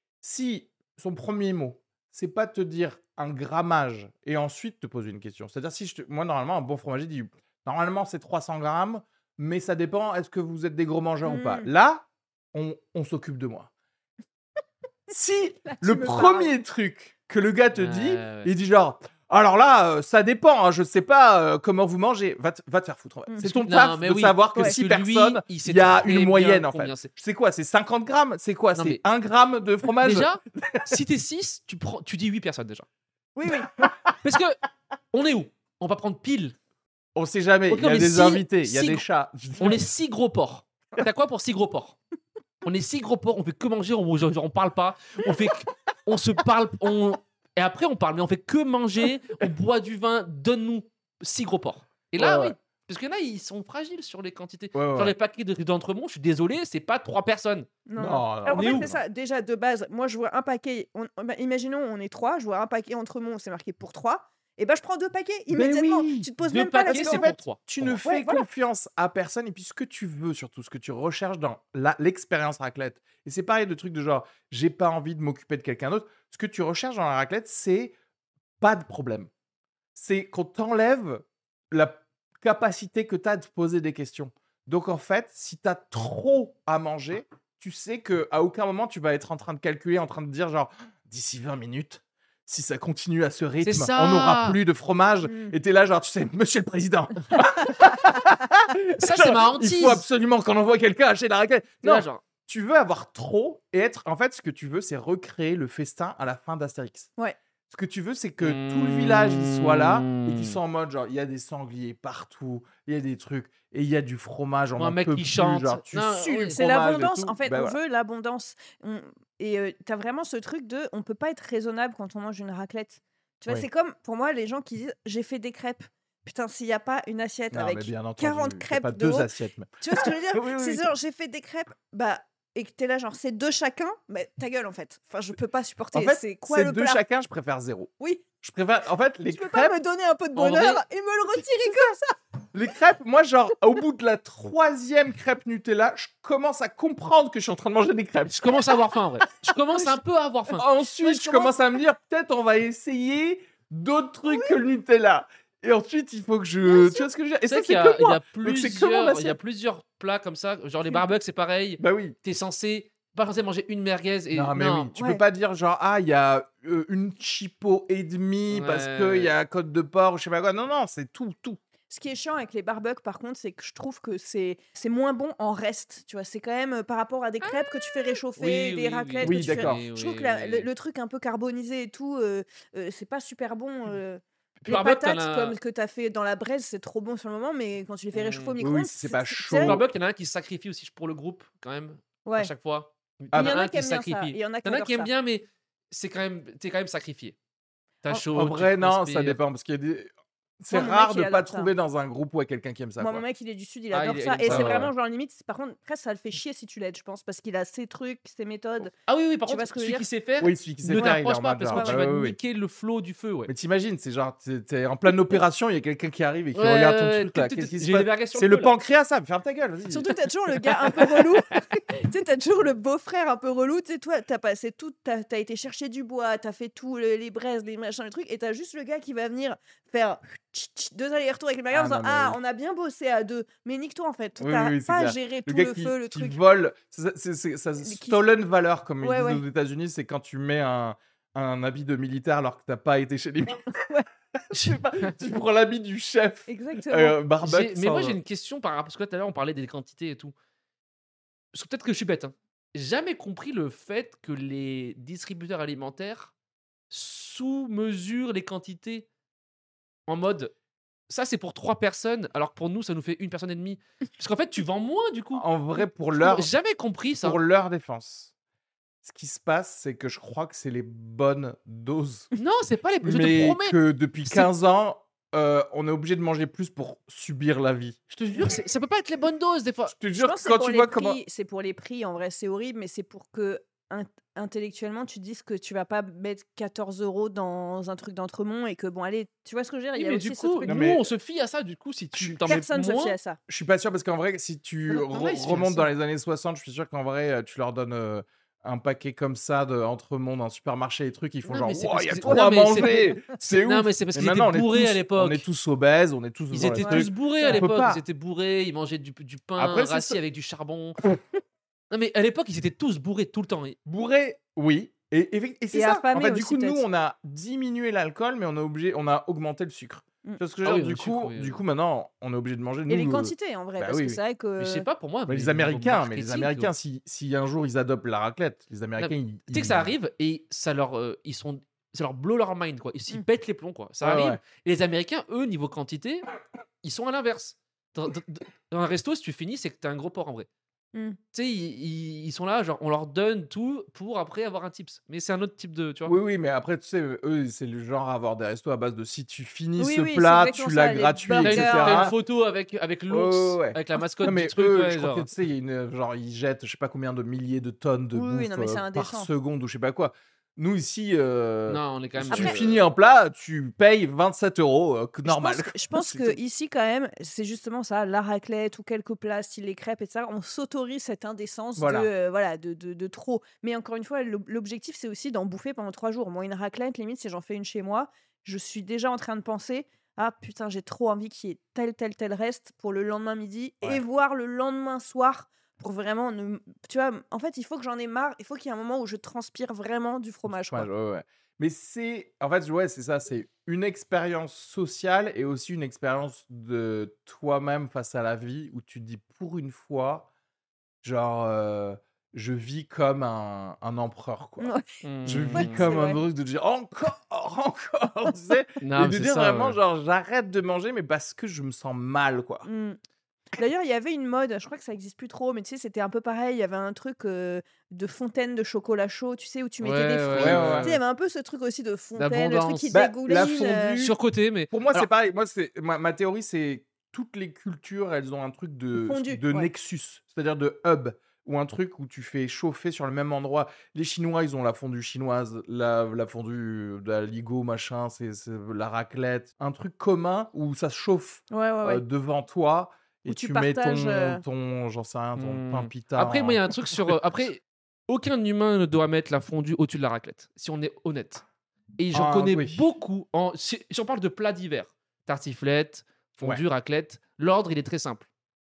Si son premier mot, c'est pas de te dire un grammage et ensuite te poser une question. C'est-à-dire, si je te- moi, normalement, un bon fromager dit, normalement, c'est trois cents grammes, mais ça dépend, est-ce que vous êtes des gros mangeurs ou pas. Mm. Là, on, on s'occupe de moi. Si Là, tu le me premier truc que le gars te dit, Ouais, ouais. il dit genre, alors là, euh, ça dépend, hein, je sais pas euh, comment vous mangez, va te, va te faire foutre. en fait. Mm. C'est ton Non, taf mais de oui. savoir que Ouais. six Parce que lui, personnes, il sait il y a très une bien moyenne en fait. combien c'est. C'est quoi? C'est cinquante grammes? C'est quoi? Non, C'est mais- un gramme de fromage? Déjà, si t'es six, tu prends, tu dis huit personnes déjà. Oui, oui. Parce que on est où? On va prendre pile. On sait jamais, Ok, il y a mais des si- invités, il y a si des gros- chats. On est six gros porcs. t'as quoi pour six gros porcs? On est six gros porcs, on fait que manger, on, genre, on parle pas, on fait, que- on se parle, on et après on parle, mais on fait que manger, on boit du vin, donne-nous six gros porcs. Et là, Ouais, oui, ouais. parce que là ils sont fragiles sur les quantités. Ouais, ouais, Genre ouais. les paquets de d'entremont, je suis désolé, c'est pas trois personnes. Non, Non, non. non, Alors, en on est fait, où, c'est ça. Déjà, de base, moi, je vois un paquet. on- bah, imaginons, on est trois. Je vois un paquet Entremont, c'est marqué pour trois. Et ben, je prends deux paquets immédiatement. oui, Tu te poses deux même pas la paquets, question. c'est en fait, pour trois. Tu Pour ne moi. fais Ouais, voilà. confiance à personne et puis ce que tu veux surtout, ce que tu recherches dans la- l'expérience raclette. Et c'est pareil de trucs de genre, j'ai pas envie de m'occuper de quelqu'un d'autre. Ce que tu recherches dans la raclette, c'est pas de problème. C'est qu'on t'enlève la capacité que tu as de poser des questions. Donc en fait, si tu as trop à manger, tu sais que à aucun moment tu vas être en train de calculer, en train de dire genre d'ici vingt minutes, si ça continue à ce rythme, ça. on n'aura plus de fromage. Mm. Et t'es là genre, tu sais, monsieur le président, Ça genre, c'est ma il hantise. faut absolument qu'on envoie quelqu'un acheter la raclette. C'est là, Non, genre, tu veux avoir trop et être. En fait, ce que tu veux, c'est recréer le festin à la fin d'Astérix. Ouais. Ce que tu veux, c'est que tout le village il soit là et qu'ils Mmh. soient en mode genre, il y a des sangliers partout, il y a des trucs et il y a du fromage, on Ou un en mec peut qui plus, chante. genre tu Non, sues oui. le C'est fromage et l'abondance. tout. En fait, Ben on voilà. veut l'abondance. On- Et euh, t'as vraiment ce truc de. On peut pas être raisonnable quand on mange une raclette. Tu vois, Oui. c'est comme pour moi les gens qui disent j'ai fait des crêpes. Putain, s'il n'y a pas une assiette Non, mais avec bien entendu, quarante c'est crêpes pas de deux haut, assiettes. Mais... tu vois ce que je veux dire? Oui, oui, C'est oui. genre j'ai fait des crêpes, bah et que t'es là genre c'est deux chacun, mais ta gueule en fait. Enfin, je peux pas supporter. En fait, c'est quoi c'est le deux plat? chacun, je préfère zéro. Oui, Je préfère. En fait, les tu peux crêpes, pas me donner un peu de En vrai- bonheur et me le retirer comme ça. les crêpes, moi, genre, au bout de la troisième crêpe Nutella, je commence à comprendre que je suis en train de manger des crêpes. Je commence à avoir faim en vrai. Je commence un peu à avoir faim. Ensuite, Moi, je je commence- commence à me dire, peut-être on va essayer d'autres trucs que le Nutella. Et ensuite, il faut que je. Tu vois ce que je veux dire? Et C'est ça, vrai qu'il c'est y a, que il y moi. a Donc, c'est que mon plusieurs, il y a assiette. plusieurs plats comme ça. Genre les barbecues, c'est pareil. Bah oui. T'es censé pas censé manger une merguez et Non, mais oui, tu ouais. peux pas dire genre, ah, il y a euh, une chipo et demi parce Ouais, qu'il y ouais. a côte de porc ou je sais pas quoi. Non, non, c'est tout, tout. Ce qui est chiant avec les barbecues, par contre, c'est que je trouve que c'est c'est moins bon en reste. Tu vois, c'est quand même euh, par rapport à des crêpes que tu fais réchauffer, Oui, des oui, raclettes oui. que Oui, tu d'accord. fais. Oui, Je trouve oui, que la- oui. le, le truc un peu carbonisé et tout, euh, euh, c'est pas super bon. euh. Puis Les barbecue, t'en patates as- comme que t'as fait dans la braise, c'est trop bon sur le moment, mais quand tu les fais réchauffer au Mm. Oui, micro-ondes, oui, c'est pas chaud. vrai. Le barbecue, il y en a un qui se sacrifie aussi pour le groupe quand même Ouais. à chaque fois. Ah, Il y en un a qui aiment se bien ça. sacrifie. Il y en a qui Il y en a adorent qui aiment ça. bien, mais c'est quand même, t'es quand même sacrifié. T'as En- chaud. En tu vrai, non, ça transpires. dépend parce qu'il y a des. C'est Moi, mon mec, rare il de pas adore ça. trouver dans un groupe où il y a quelqu'un qui aime ça. Moi, quoi. mon mec, il est du Sud, il Ah, adore il- il ça. aime Et ça, c'est ouais, vraiment ouais. genre limite, c'est- par contre, presque ça le fait chier si tu l'aides, je pense, parce qu'il a ses trucs, ses méthodes. Ah oui, oui, par Tu vois contre, ce que je veux celui dire qui sait faire, Oui, celui qui sait ne faire, il est t'approche en pas mode parce genre, que tu bah vas oui, oui. niquer le flow du feu. Ouais. Mais t'imagines, c'est genre, t'es t'es en pleine opération, il y a quelqu'un qui arrive et qui Ouais, regarde ton ouais, truc là. tout- Qu'est-ce tout- qui se j'ai passe les merguez sur C'est le le feu, là. pancréas, ça. Ferme ta gueule, vas-y. Surtout, t'as toujours le gars un peu relou. Tu sais, t'as toujours le beau-frère un peu relou. Tu sais, toi, t'as passé tout, t'as as été chercher du bois, t'as fait tout, le- les braises, les machins, les trucs, et t'as juste le gars qui va venir faire deux allers-retours avec les magasins Ah en disant non, mais ah, oui. on a bien bossé à deux, mais nique-toi en fait. Oui, T'as oui, oui, c'est pas clair. géré Le tout gars le qui, feu, le qui truc. vole, c'est c'est- c'est- ça, Mais qui- stolen valeur, comme ils Ouais, disent ouais. aux États-Unis, c'est quand tu mets un, un habit de militaire alors que t'as pas été chez les militaires. Je sais pas, tu prends l'habit du chef. Exactement. Euh, barbecue. J'ai- Mais sans- moi, j'ai une question par rapport. Parce que là, tout à l'heure, on parlait des quantités et tout. Parce que peut-être que je suis bête. Hein. Jamais compris le fait que les distributeurs alimentaires sous-mesurent les quantités en mode. Ça, c'est pour trois personnes, alors que pour nous, ça nous fait une personne et demie. Parce qu'en fait, tu vends moins du coup. En vrai, pour J'ai leur, jamais compris ça. pour leur défense, ce qui se passe, c'est que je crois que c'est les bonnes doses. Non, c'est pas les. Je te Mais promets. que depuis C'est- quinze ans, euh, on est obligé de manger plus pour subir la vie. Je te jure, c'est- ça peut pas être les bonnes doses des fois. Je te Je jure, pense que c'est quand pour tu les vois prix, comment. c'est pour les prix, en vrai, c'est horrible, mais c'est pour que int- intellectuellement tu dises que tu vas pas mettre quatorze euros dans un truc d'Entremont et que bon, allez, tu vois ce que je veux dire? Il Oui, y a mais aussi du ce coup, truc. Non, nous, mais- on se fie à ça. Du coup, si tu t'en mets Personne se moins, fie à ça. Je suis pas sûr parce qu'en vrai, si tu Non, re- pareil, je suis remontes assez. dans les années soixante, je suis sûr qu'en vrai, euh, tu leur donnes euh, un paquet comme ça de Entremont dans un supermarché et trucs, ils font Non, genre, mais c'est Wow, parce il y a que- trop non, à mais c'est- manger, c'est Non, ouf. mais c'est parce Et qu'ils maintenant, étaient on est bourrés tous- à l'époque. On est tous obèses, on est tous Ils dans les étaient trucs. tous bourrés à On peut l'époque. pas. Ils étaient bourrés, ils mangeaient du, du pain Après, c'est rassis ça. avec du charbon. Non, mais à l'époque, ils étaient tous bourrés tout le temps. Et- Bourré, oui. Et, et, et c'est Et ça. En affamés fait, du aussi, coup, nous, peut-être. on a diminué l'alcool, mais on a obligé, on a augmenté le sucre. Mm. Tu vois ce que je Ah veux oui, dire le Du sucre, coup, oui, du oui. coup, maintenant, on est obligé de manger. Et Nous, les euh, quantités en vrai, bah parce oui, que oui. c'est vrai que. Mais je sais pas, pour moi. bah, mais les niveau Américains, mais les marketing, Américains, tu si, si un jour ils adoptent la raclette, les Américains, ils. sais que ça arrive et ça leur, euh, ils sont, ça leur blow leur mind quoi. Ils s'y Mm. pètent les plombs quoi. Ça Ouais, arrive. ouais. Et les Américains, eux, niveau quantité, ils sont à l'inverse. Dans, dans- dans un resto, si tu finis, c'est que t'es un gros porc en vrai. Mm. Tu sais, ils, ils- ils sont là, genre, on leur donne tout pour après avoir un tips. Mais c'est un autre type de. Tu vois Oui, oui, mais après, tu sais, eux, c'est le genre à avoir des restos à base de si tu finis Oui, ce oui, c'est plat, exactement tu ça, l'as les gratuit, T'as une, burgers. et cetera. t'as une photo avec, avec Ouais, l'ours, ouais, ouais. avec la mascotte Non, du mais truc. eux, ouais, je crois genre. que tu sais, il y a une, genre, ils jettent je sais pas combien de milliers de tonnes de Oui, oui, bouffe non, mais c'est euh, par indécent. seconde ou je sais pas quoi. Nous, ici, euh, Non, on est quand si même. tu Après- euh, finis un plat, tu payes vingt-sept euros, euh, que Je normal. pense que, je pense C'est que tout. ici, quand même, c'est justement ça, la raclette ou quelques plats, style les crêpes, et cetera. On s'autorise cette indécence Voilà. de, euh, voilà, de, de, de trop. Mais encore une fois, l'ob- l'objectif, c'est aussi d'en bouffer pendant trois jours. Moi, une raclette, limite, si j'en fais une chez moi, je suis déjà en train de penser, ah putain, j'ai trop envie qu'il y ait tel, tel, tel reste pour le lendemain midi Ouais. et voir le lendemain soir pour vraiment ne... Tu vois, en fait, il faut que j'en ai marre. Il faut qu'il y ait un moment où je transpire vraiment du fromage, quoi. Ouais, ouais, ouais. Mais c'est, en fait, ouais, c'est ça, c'est une expérience sociale et aussi une expérience de toi-même face à la vie où tu te dis pour une fois, genre, euh, je vis comme un, un empereur, quoi. Ouais. Je hmm. vis c'est comme un vrai. truc de dire encore, encore, tu sais, Non, et mais de c'est dire ça, vraiment, ouais. genre, j'arrête de manger, mais parce que je me sens mal, quoi. Mm. D'ailleurs, il y avait une mode, je crois que ça existe plus trop, mais tu sais, c'était un peu pareil. Il y avait un truc euh, de fontaine de chocolat chaud, tu sais, où tu mettais Ouais, des ouais, fruits. Ouais, ouais, ouais, Tu sais, il y avait un peu ce truc aussi de fontaine, le truc qui D'abondance. Bah, la dégouline. euh, fondue, Surcoté, mais. pour moi, c'est Alors, pareil. Moi, c'est ma, ma théorie, c'est toutes les cultures, elles ont un truc de, Fondue, de ouais. nexus, c'est-à-dire de hub, ou un truc où tu fais chauffer sur le même endroit. Les Chinois, ils ont la fondue chinoise, la, la fondue de la Ligo, machin, c'est c'est la raclette. Un truc commun où ça se chauffe Ouais, ouais, euh, ouais. devant toi et Où tu tu mets partages. ton, euh, ton j'en sais rien, ton pain hmm. pita. Après, moi, il y en- a un truc sur. euh, Après, aucun humain ne doit mettre la fondue au-dessus de la raclette, si on est honnête. Et j'en Ah, connais oui. beaucoup. En... Si, si on parle de plats d'hiver, tartiflette, fondue, raclette, l'ordre, il est très simple.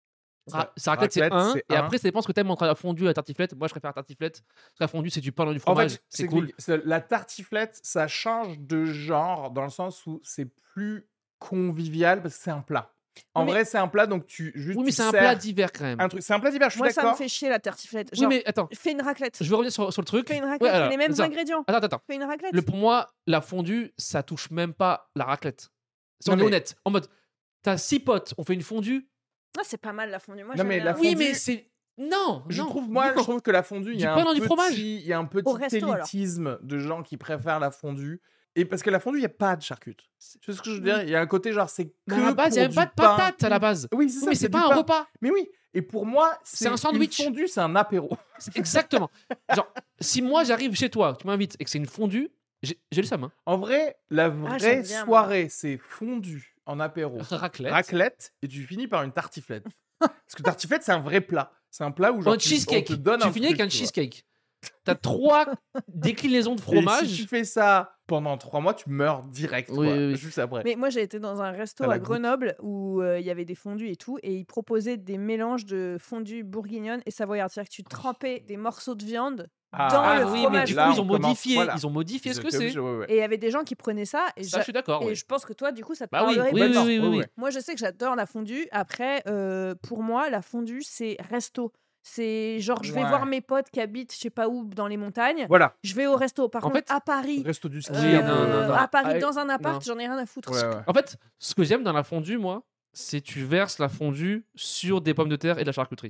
Ra- Ça- raclette, c'est raclette, un. c'est Et un. après, ça dépend ce que t'aimes entre la fondue et la tartiflette. Moi, je préfère la tartiflette. Parce que la fondue, c'est du pain dans du En fromage. fait, c'est c'est cool. que c'est- la tartiflette, ça change de genre dans le sens où c'est plus convivial parce que c'est un plat. En Oui, mais- vrai, c'est un plat, donc tu juste Oui, mais tu c'est un sers plat d'hiver quand même. un truc. C'est un plat d'hiver, je suis Moi, ça me d'accord. fait chier la tartiflette. Oui, Genre, mais attends, fais une raclette. je vais revenir sur, sur le truc. Fais une raclette, Ouais, fais alors, les mêmes attends. ingrédients. Attends, attends. Fais une raclette. Le, pour moi, la fondue, ça touche même pas la raclette. Si Non, on est mais- honnête. En mode, t'as six potes, on fait une fondue. Ah, c'est pas mal la fondue. Moi, Non, j'aime mais bien. la Oui, fondue- mais c'est. Non, Je non, trouve, moi, non. je trouve que la fondue, il y Du a pain un dans du petit, fromage. il y a un petit Au resto, alors. élitisme de gens qui préfèrent la fondue. Et parce que la fondue, il n'y a pas de charcuterie. Tu sais ce que je veux dire? Il y a un côté genre, c'est que Mais à la base, il pour n'y a même du pas de pain. patates à la base. Oui, c'est Oui, ça. mais c'est du pas un pain. repas. Mais oui. Et pour moi, c'est un sandwich. Une fondue, c'est un apéro. C'est Exactement. Genre, si moi j'arrive chez toi, tu m'invites et que c'est une fondue, j'ai j'ai le seum. Hein. En vrai, la j'aime vraie bien, moi. soirée, c'est fondue en apéro, Raclette. raclette, et tu finis par une tartiflette. Parce que tartiflette, c'est un vrai plat. C'est un plat où genre Un tu, cheesecake. on te donne Tu un finis truc, avec un tu vois. cheesecake. T'as trois déclinaisons de Et fromage. si tu fais ça pendant trois mois, tu meurs direct, Oui, quoi, oui, oui. juste après. Mais moi, j'ai été dans un resto T'as la à goutte. Grenoble où euh, il y avait des fondues et tout, et ils proposaient des mélanges de fondue bourguignonne et savoyarde. C'est-à-dire que tu trempais des morceaux de viande Ah, dans Ah le oui, mais fromage. du Là, coup, ils on ont commence- modifié. voilà. Ils ont modifié ce Ils que étaient c'est. obligés, ouais, ouais. Et il y avait des gens qui prenaient ça. Et, Ça, j'a- je suis d'accord. et oui. je pense que toi, du coup, ça te Bah oui, parlerait oui, pas oui, tant. oui, oui, Ouais, oui. ouais. Moi, je sais que j'adore la fondue. Après, euh, pour moi, la fondue, c'est resto. C'est genre, je vais Ouais. voir mes potes qui habitent, je sais pas où, dans les montagnes. Voilà, Je vais au resto. Par En contre, fait, à Paris, resto du ski. Oui, un euh, peu. non, non, non. à Paris, Ah, dans un appart, non. j'en ai rien à foutre. Ouais, ouais. En fait, ce que j'aime dans la fondue, moi, c'est tu verses la fondue sur des pommes de terre et de la charcuterie.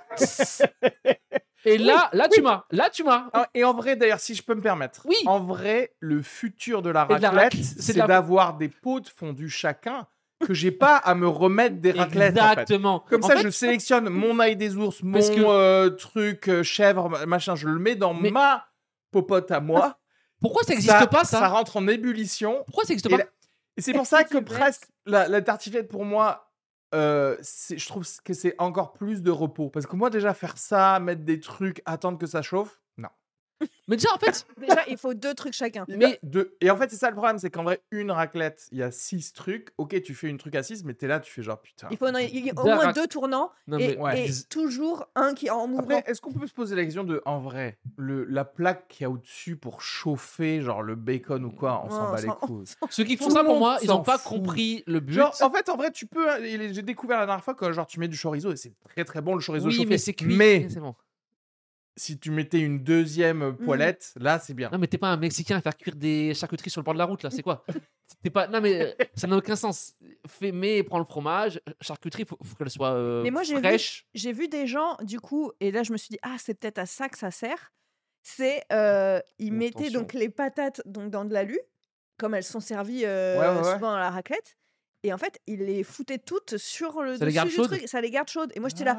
Et là, là tu m'as. Là tu m'as. Ah, et en vrai, d'ailleurs, si je peux me permettre, Oui. en vrai, le futur de la Et de la raclette, rac- c'est c'est de la- d'avoir des pots de fondue chacun, que j'ai pas à me remettre des raclettes. En fait. Exactement. Comme En ça, fait, je sélectionne mon ail des ours, mon Parce que- euh, truc euh, chèvre, ma- machin, je le mets dans Mais- ma popote à moi. Pourquoi ça n'existe pas ça, Ça rentre en ébullition. Pourquoi ça n'existe Et, pas la- et c'est pour ça que Tu verses. presque la, la tartiflette, pour moi, euh, c'est- je trouve que c'est encore plus de repos. Parce que moi, déjà, faire ça, mettre des trucs, attendre que ça chauffe, non. Mais déjà, en fait, Déjà, il faut deux trucs chacun. Mais- de... Et en fait, c'est ça le problème, c'est qu'en vrai, une raclette, il y a six trucs. Ok, tu fais une truc à six, mais t'es là, tu fais genre putain. Il faut en- il y a au D'un moins rac- deux tournants non, et, mais ouais. et toujours un qui en ouvrant. Après, est-ce qu'on peut se poser la question de, en vrai, le, la plaque qu'il y a au-dessus pour chauffer, genre le bacon ou quoi, on Ouais, s'en on bat les s'en- couilles. ceux qui font Tout ça le pour monde moi, ils s'en n'ont pas fout. compris le but. Genre, en fait, en vrai, tu peux. hein, et J'ai découvert la dernière fois que genre tu mets du chorizo et c'est très très bon le chorizo oui, chauffé. mais c'est cuit. Mais C'est bon. si tu mettais une deuxième poêlette, mmh. là, c'est bien. Non, mais t'es pas un Mexicain à faire cuire des charcuteries sur le bord de la route, là, c'est quoi? T'es pas... Non, mais ça n'a aucun sens. Fais, mais prends le fromage, charcuterie, faut, faut qu'elle soit euh, mais moi, j'ai fraîche. Vu, j'ai vu des gens, du coup, et là, je me suis dit, ah, c'est peut-être à ça que ça sert. C'est, euh, ils oh, mettaient attention. donc les patates donc, dans de l'alu, comme elles sont servies euh, ouais, ouais, ouais. souvent à la raclette. Et en fait, ils les foutaient toutes sur le ça dessus du chaudes. truc. Ça les garde chaudes. Et moi, j'étais là.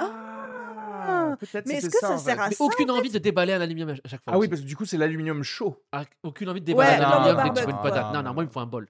Ah, peut-être mais est-ce que ça, ça sert à mais ça aucune en envie fait de déballer un aluminium à chaque fois. Ah aussi. Oui, parce que du coup, c'est l'aluminium chaud. Ah, aucune envie de déballer ouais, un aluminium dès que tu veux veux une patate. Non, non, moi, il me faut un bol.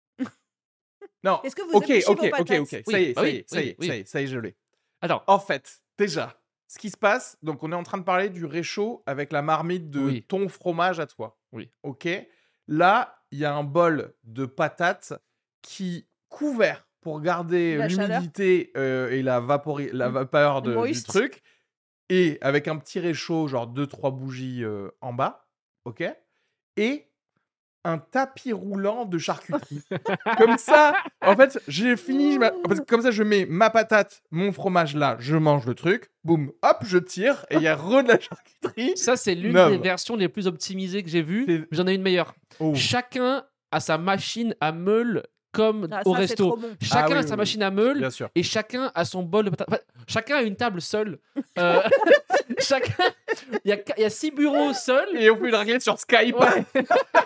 Non. Est-ce que vous ok, épluchez ok, vos patates? ok, ok. Ça y est, ça y est, ça y est, ça y est, ça y est, je l'ai. Alors, en fait, déjà, ce qui se passe, donc on est en train de parler du réchaud avec la marmite de oui. ton fromage à toi. Oui. Ok. Là, il y a un bol de patates qui couvert pour garder la l'humidité euh, et la, vapori- la vapeur de, du truc, et avec un petit réchaud, genre deux trois bougies euh, en bas, ok, et un tapis roulant de charcuterie. Comme ça, en fait, j'ai fini, ma... parce que comme ça, je mets ma patate, mon fromage là, je mange le truc, boum, hop, je tire, et il y a re de la charcuterie. Ça, c'est l'une Neuve. des versions les plus optimisées que j'ai vues, mais j'en ai une meilleure. Oh. Chacun a sa machine à meule comme ah, au ça, resto. Bon. Chacun ah, oui, a sa oui, machine oui. à meule et chacun a son bol de patates. Enfin, chacun a une table seule. euh, chacun, il y a, y a six bureaux seuls. Et on fait une raclette sur Skype. Ouais.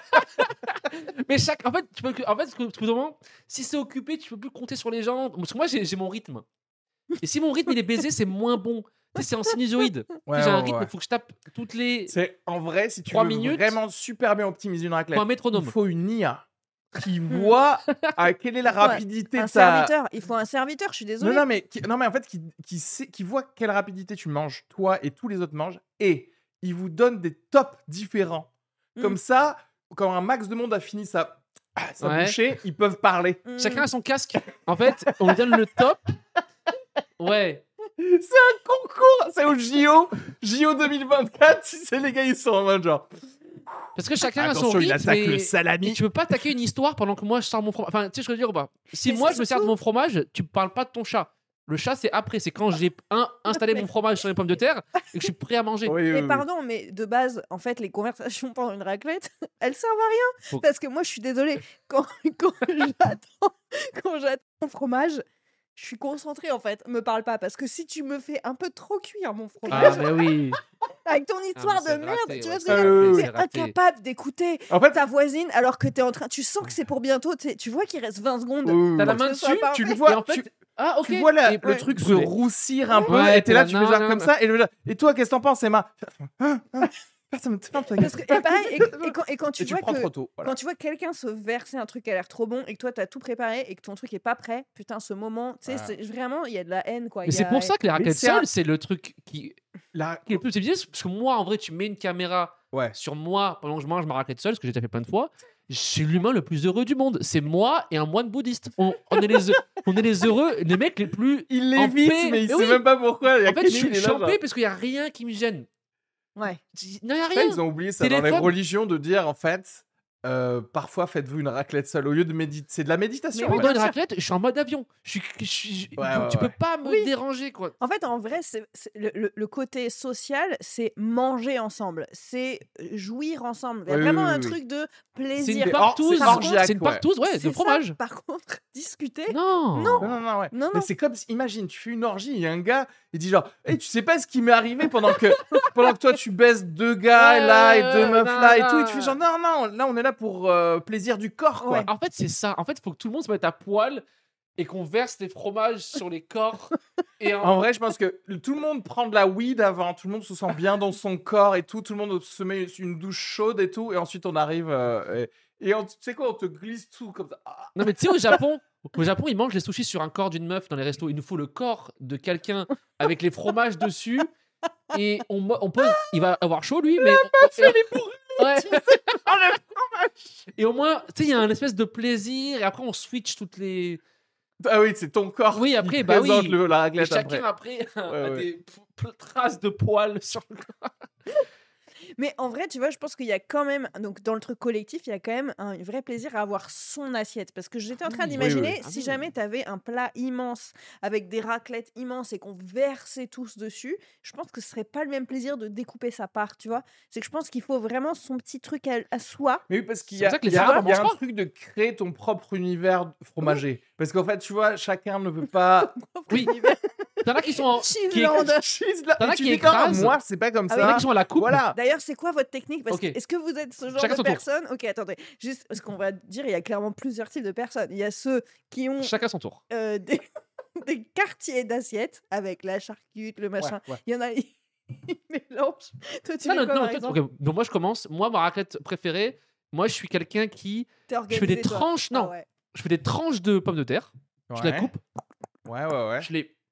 Mais chaque, en fait, tu peux, en fait, tout moment, si c'est occupé, tu peux plus compter sur les gens. Parce que moi, j'ai, j'ai mon rythme. Et si mon rythme il est baisé, c'est moins bon. Tu sais, c'est en sinusoïde. Ouais, j'ai ouais, un rythme, il ouais. faut que je tape toutes les. C'est en vrai, si tu veux minutes, vraiment super bien optimiser une raclette, un métronome. Il faut une I A qui voit à quelle est la rapidité un de ta... serviteur. Il faut un serviteur, je suis désolée. Non, non, mais, qui, non, mais en fait, qui, qui, sait, qui voit quelle rapidité tu manges, toi et tous les autres mangent, et il vous donne des tops différents. Mm. Comme ça, quand un max de monde a fini sa, sa ouais. bouchée, ils peuvent parler. Mm. Chacun a son casque. En fait, on lui donne le top. Ouais. C'est un concours. C'est au J O. J O deux mille vingt-quatre. Si c'est les gars, ils sont en mode genre... Parce que chacun Attention, a son rythme. Il attaque le salami. Tu peux pas attaquer une histoire pendant que moi je sors mon fromage. Enfin, tu sais ce que je veux dire ou pas? Si mais moi je me sers de mon fromage, tu parles pas de ton chat. Le chat, c'est après. C'est quand j'ai un, installé mon fromage sur les pommes de terre et que je suis prêt à manger. Oui, oui, mais oui. pardon, mais de base, en fait, les conversations pendant une raclette, elles servent à rien. Faut... Parce que moi, je suis désolée. Quand, quand j'attends, quand j'attends mon fromage, je suis concentrée, en fait. Me parle pas. Parce que si tu me fais un peu trop cuire mon fromage... Ah, mais oui. Avec ton histoire ah, de merde, raté, tu ouais. vois ce que je veux dire? T'es incapable d'écouter en fait... ta voisine alors que t'es en train... Tu sens que c'est pour bientôt. Tu vois qu'il reste vingt secondes. Ouh. T'as la main dessus, tu le vois. En fait, tu... Ah, ok. Tu vois la, et, le ouais. truc se brûlé. roussir un peu, ouais, et t'es là, tu fais genre non, comme non. ça, et, le... et toi, qu'est-ce que t'en penses, Emma? Personne Parce que, et, pareil, et, et, quand, et quand tu et vois tu que tôt, voilà. quand tu vois quelqu'un se verser un truc qui a l'air trop bon et que toi t'as tout préparé et que ton truc est pas prêt, putain, ce moment, tu sais, voilà. c'est vraiment il y a de la haine quoi. Mais c'est a... pour ça que les raclettes seules, c'est le truc qui, la... qui est le plus efficace. Parce que moi, en vrai, tu mets une caméra ouais. sur moi pendant que je mange ma raclette seule, ce que j'ai déjà fait plein de fois. Je suis l'humain le plus heureux du monde. C'est moi et un moine bouddhiste. On, on, est, les, on est les heureux, les mecs les plus. Il l'évite, mais il sait oui. même pas pourquoi. Il y a en fait, je suis en paix parce qu'il y a rien qui me gêne. Ouais. Non, y a rien. Ils ont oublié ça Téléphone. Dans les religions de dire en fait, euh, parfois faites-vous une raclette seule au lieu de méditer. C'est de la méditation. Mais pendant une raclette, je suis en mode avion. Je suis, je suis, ouais, tu ouais, peux ouais. pas me oui. déranger quoi. En fait, en vrai, c'est, c'est le, le, le côté social, c'est manger ensemble, c'est jouir ensemble. Il y a oui, vraiment oui, un oui. truc de plaisir. C'est une partouze. C'est, or, c'est une partouze, ouais, de fromage. Ça, par contre, discuter. Non. Non, non, non, non, ouais. non, non. Mais c'est comme, imagine, tu fais une orgie, il y a un gars, il dit genre, hey, tu sais pas ce qui m'est arrivé pendant que, pendant que toi tu baisses deux gars ouais, là et deux meufs non, là non. et tout, et tu fais genre, non, non, là on est là pour euh, plaisir du corps quoi. Ouais. En fait, c'est ça. En fait, il faut que tout le monde se mette à poil et qu'on verse les fromages sur les corps. Et en... en vrai, je pense que tout le monde prend de la weed avant, tout le monde se sent bien dans son corps et tout, tout le monde se met une douche chaude et tout, et ensuite on arrive euh, et, et on, tu sais quoi, on te glisse tout comme ça. Ah. Non mais tu sais, au Japon, au Japon, ils mangent les sushis sur un corps d'une meuf dans les restos. Il nous faut le corps de quelqu'un avec les fromages dessus. Et on, on pose, il va avoir chaud lui, mais. On, on, fait les bourrelets, ouais. tu sais, dans le fromage. Et au moins, tu sais, il y a un espèce de plaisir. Et après, on switch toutes les. Ah oui, c'est ton corps. Oui, après, qui bah présente oui. Le, la raclette et chacun après, après ouais, a ouais. des p- p- traces de poils sur le corps. Mais en vrai, tu vois, je pense qu'il y a quand même, donc dans le truc collectif, il y a quand même un vrai plaisir à avoir son assiette. Parce que j'étais en train oui. d'imaginer, Oui, oui, oui. si Ah jamais oui. tu avais un plat immense avec des raclettes immenses et qu'on versait tous dessus, je pense que ce serait pas le même plaisir de découper sa part, tu vois. C'est que je pense qu'il faut vraiment son petit truc à, à soi. Mais oui, parce qu'il C'est y pour ça a, que les il y a- Arabes en il y a mangent un pas. truc de créer ton propre univers fromager. Parce qu'en fait, tu vois, chacun ne peut pas. Oui. T'en as qui sont en... qui Cheeseland. éc- Cheese, là. T'en Et as tu qui dis, non, écrasent. moi, c'est pas comme Ah T'en oui. as ça. qui sont à la coupe. Voilà. D'ailleurs, c'est quoi votre technique? Parce que Ok. est-ce que vous êtes ce genre Chacun de son tour. personne? Ok, attendez. Juste parce qu'on va dire, il y a clairement plusieurs types de personnes. Il y a ceux qui ont Chacun son tour. euh, des, des quartiers d'assiettes avec la charcute, le machin. Ouais, ouais. Il y en a, ils mélangent. Toi, tu Non, fais non, quoi, non, par toi- exemple? ok, donc moi je commence. Moi, ma raclette préférée, moi je suis quelqu'un qui. T'es Je fais des organisé, toi. tranches. Ah Non, ouais. je fais des tranches de pommes de terre. Je la Ouais. coupe. Ouais, ouais, ouais. Je les.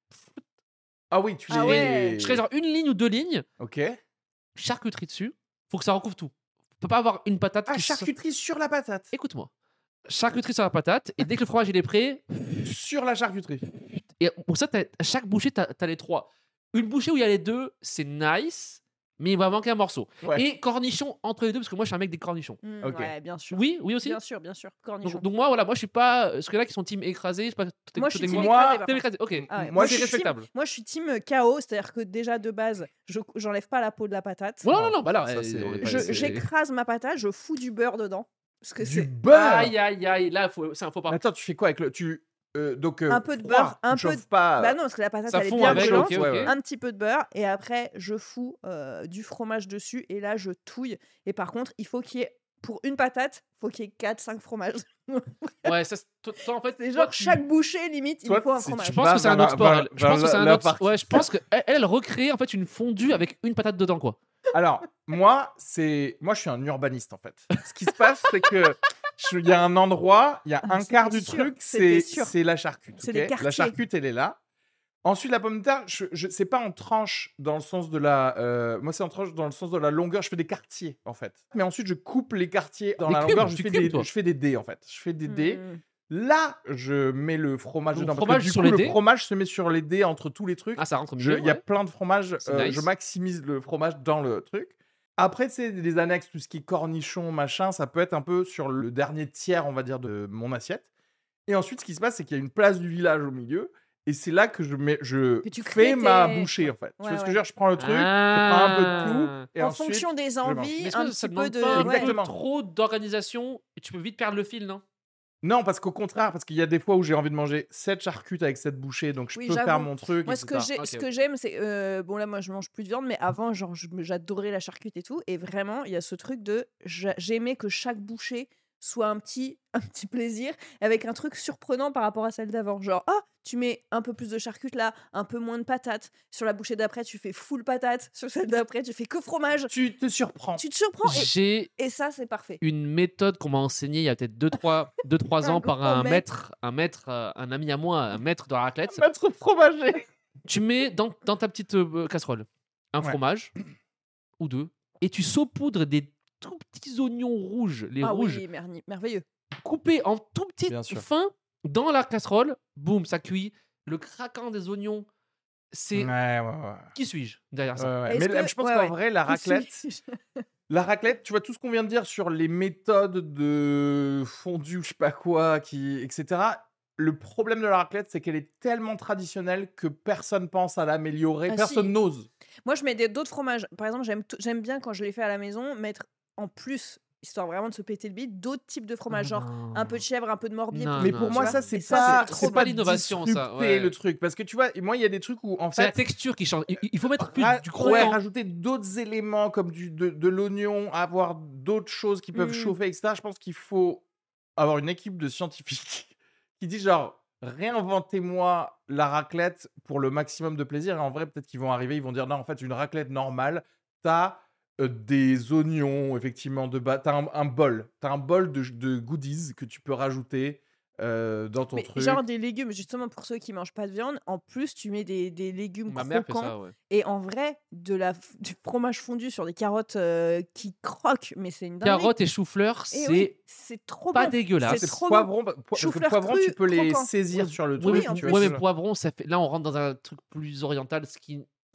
Ah oui, tu Ah les. ouais. Je fais genre une ligne ou deux lignes. Ok. Charcuterie dessus. Faut que ça recouvre tout. On peut pas avoir une patate Ah, qui. charcuterie sur la patate. Écoute-moi. Charcuterie sur la patate. Et dès que le fromage il est prêt. Sur la charcuterie. Et pour ça, t'as- à chaque bouchée, t'as as les trois. Une bouchée où il y a les deux, c'est nice. Mais il va manquer un morceau. Ouais. Et cornichons entre les deux, parce que moi je suis un mec des cornichons. Mm, Ok. Ouais, bien sûr. Oui, oui aussi. Bien sûr, bien sûr. Cornichon. Donc, donc moi, voilà, moi je suis pas. Parce que là qui sont team écrasé, je sais pas. t'es- Moi, je t'es suis quoi team Moi- écrasé, par Team contre. écrasé, ok. Ah ouais, Moi, c'est je suis respectable. Moi, je suis team K O, c'est-à-dire que déjà de base, je j'enlève pas la peau de la patate. Ouais, non, non, non, bah là, Ça, euh, c'est- on est pas- Je- c'est- J'écrase ma patate, je fous du beurre dedans. Parce que Du c'est beurre. Aïe, aïe, aïe, là, faut- c'est un faux pas. Attends, tu fais quoi avec le. Tu. euh, donc, euh, Un peu de froid, beurre, un tu peu chauffes de- pas. Bah non, parce que la patate, Ça elle est fond bien avec, brûlante. ok, ok. Ouais, ouais. Un petit peu de beurre et après je fous euh, du fromage dessus et là je touille. Et par contre, il faut qu'il y ait, pour une patate, faut qu'il y ait quatre cinq fromages. Ouais, ça, c'est- toi, toi, en fait, C'est toi, genre tu- chaque bouchée limite, Toi, il faut un c'est- fromage. Je tu pense vas que c'est un vers autre la- sport. vers- elle. Je pense que vers c'est un la autre. partie- Ouais, je pense que elle, elle recrée en fait une fondue avec une patate dedans, quoi. Alors, moi, c'est moi, je suis un urbaniste en fait. Ce qui se passe, c'est que je- il y a un endroit, il y a Ah, un quart du c'était sûr, truc, c'était c'est sûr. c'est la charcute. C'est ok des la quartiers. charcute, elle est là. Ensuite, la pomme de terre, je, je c'est pas en tranche dans le sens de la. euh, moi, c'est en tranche dans le sens de la longueur. Je fais des quartiers en fait. Mais ensuite, je coupe les quartiers dans Des la cubes, longueur. Je tu fais cubes, des, toi. je fais des dés en fait. Je fais des dés. Mm. Là, je mets le fromage Donc, dedans. parce fromage que, du sur coup, les le dés fromage se met sur les dés entre tous les trucs. Ah, ça rentre au Je- milieu. Il y a ouais. plein de fromages. C'est euh, nice. Je maximise le fromage dans le truc. Après, c'est des annexes, tout ce qui est cornichons, machin, ça peut être un peu sur le dernier tiers, on va dire, de mon assiette. Et ensuite, ce qui se passe, c'est qu'il y a une place du village au milieu. Et c'est là que je, mets, je Que tu fais crées ma tes- bouchée, en fait. tu Ouais, vois ce que je ouais. veux dire? Je prends le truc, je Ah. prends un peu de tout. Et En ensuite, fonction des mange. Mais envies, est-ce un que ça petit demande peu de. pas un ouais. peu Exactement. trop d'organisation et tu peux vite perdre le fil, non? Non, parce qu'au contraire, parce qu'il y a des fois où j'ai envie de manger cette charcute avec cette bouchée, donc je Oui, peux faire j'avoue. mon truc. Moi, ce que et cetera. j'ai- Ok, ce ok. que j'aime, c'est. euh, bon, là, moi, je mange plus de viande, mais avant, genre, je me- j'adorais la charcute et tout. Et vraiment, il y a ce truc de. j'a- J'aimais que chaque bouchée soit un petit, un petit plaisir, avec un truc surprenant par rapport à celle d'avant. Genre, ah, tu mets un peu plus de charcute là, un peu moins de patates. Sur la bouchée d'après, tu fais full patate. Sur celle d'après, tu fais que fromage. Tu te surprends. Tu te surprends. Et, J'ai et ça, c'est parfait. une méthode qu'on m'a enseignée il y a peut-être deux trois Un ans par grand un maître. maître, un maître, euh, un ami à moi, un maître de la raclette. Maître fromager. Tu mets dans, dans ta petite euh, casserole un Ouais. fromage ou deux et tu saupoudres des tout petits oignons rouges, les Ah rouges, oui, merni- merveilleux. coupés en tout petits Bien sûr. fins dans la casserole. Boum, ça cuit. Le craquant des oignons, c'est. Ouais, ouais, ouais. Qui suis-je derrière Ouais, ça? ouais. Est-ce Mais là, que- je pense ouais, qu'en ouais. vrai, la Qui raclette, suis-je la raclette, tu vois tout ce qu'on vient de dire sur les méthodes de fondue, je sais pas quoi, qui, et cetera. Le problème de la raclette, c'est qu'elle est tellement traditionnelle que personne pense à l'améliorer, Ah, personne si. n'ose. Moi, je mets des- d'autres fromages. Par exemple, j'aime t- j'aime bien quand je les fais à la maison, mettre en plus, histoire vraiment de se péter le bite, d'autres types de fromages. Genre un peu de chèvre, un peu de morbier. Non, plus- Mais non, pour tu moi, vois. ça, c'est Et ça, pas, c'est trop c'est bon. pas l'innovation, ça, disrupter ouais. le truc. Parce que tu vois, moi, il y a des trucs où, en C'est la fait, texture qui change. Il, il faut mettre plus ra- du ouais, croquant. rajouter d'autres éléments comme du, de, de l'oignon, avoir d'autres choses qui peuvent Mm. chauffer, et cetera. Je pense qu'il faut avoir une équipe de scientifiques qui dit genre réinventez-moi la raclette pour le maximum de plaisir. Et en vrai, peut-être qu'ils vont arriver, ils vont dire non, en fait, une raclette normale, t'as euh, des oignons, effectivement, de bas, t'as un, un bol, t'as un bol de, de goodies que tu peux rajouter euh, dans ton Mais truc. genre des légumes, justement pour ceux qui mangent pas de viande, en plus tu mets des, des légumes Ma mère fait croquants. ça, ouais. Et en vrai, de la, f- du fromage fondu sur des carottes euh, qui croquent, mais c'est une dinguerie. Carottes et chou-fleur, Et c'est oui, c'est trop pas bon. dégueulasse. C'est C'est trop bon. poivron, po- parce que Chou-fleur poivron, cru, tu peux les croquant. saisir sur le Oui, truc. mais, Oui, en tu plus. vois, ouais, c'est mais ça. poivron, ça fait... là on rentre dans un truc plus oriental, ce qui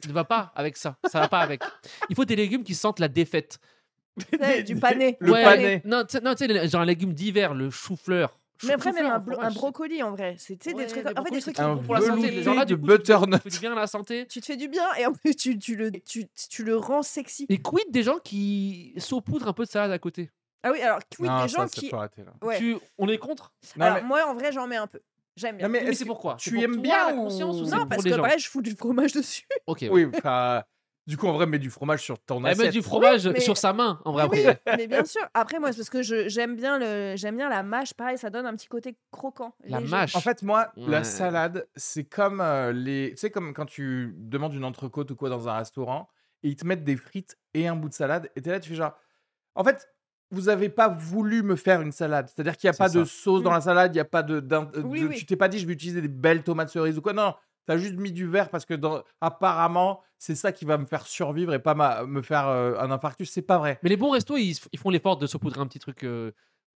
ne va pas avec ça. Ça va pas avec. Il faut des légumes qui sentent la défaite. C'est du pané. Le Ouais, pané. Non, tu sais, non, tu sais, les- genre un légume d'hiver, le chou-fleur. Mais après, même Chou-fleur un, au bro- un fromage. brocoli en vrai. C'est tu sais, Ouais, des trucs. le En fait, des brocoli, trucs c'est Un bon pour la santé. velouté Genre là, de du coup, tu te- butternut. tu te fais du bien à la santé. tu te fais du bien et en plus, tu, tu, le, tu, tu le rends sexy. Et quid des gens qui saupoudrent un peu de salade à côté Ah oui, alors, quid Non, des gens ça, c'est qui. faut arrêter, là. Ouais. tu... On est contre Non, Alors, mais- moi, en vrai, j'en mets un peu. J'aime bien. Non, mais Mais est-ce c'est que pourquoi C'est tu pour aimes toi, bien la ou- conscience, ou c'est Non, pour parce les que gens pareil, je fous du fromage dessus. Ok, ouais. Oui, enfin, du coup, en vrai, mets du fromage sur ton Elle met assiette. du fromage mais- sur sa main, en vrai. Oui, après. mais bien sûr. Après, moi, c'est parce que je- j'aime bien, le, j'aime bien la mâche. Pareil, ça donne un petit côté croquant. La léger. mâche. En fait, moi, la Ouais. salade, c'est comme euh, les. Tu sais, comme quand tu demandes une entrecôte ou quoi dans un restaurant, et ils te mettent des frites et un bout de salade, et t'es là, tu fais genre. En fait, vous avez pas voulu me faire une salade. C'est-à-dire qu'il n'y a C'est pas de ça. sauce dans Mm. la salade, il n'y a pas de. d'un- Oui, de- oui. Tu t'es pas dit, je vais utiliser des belles tomates cerises ou quoi. Non, t'as juste mis du verre parce que dans- apparemment, c'est ça qui va me faire survivre et pas ma- me faire euh, un infarctus. C'est pas vrai. Mais les bons restos, ils, ils font l'effort de saupoudrer un petit truc. euh,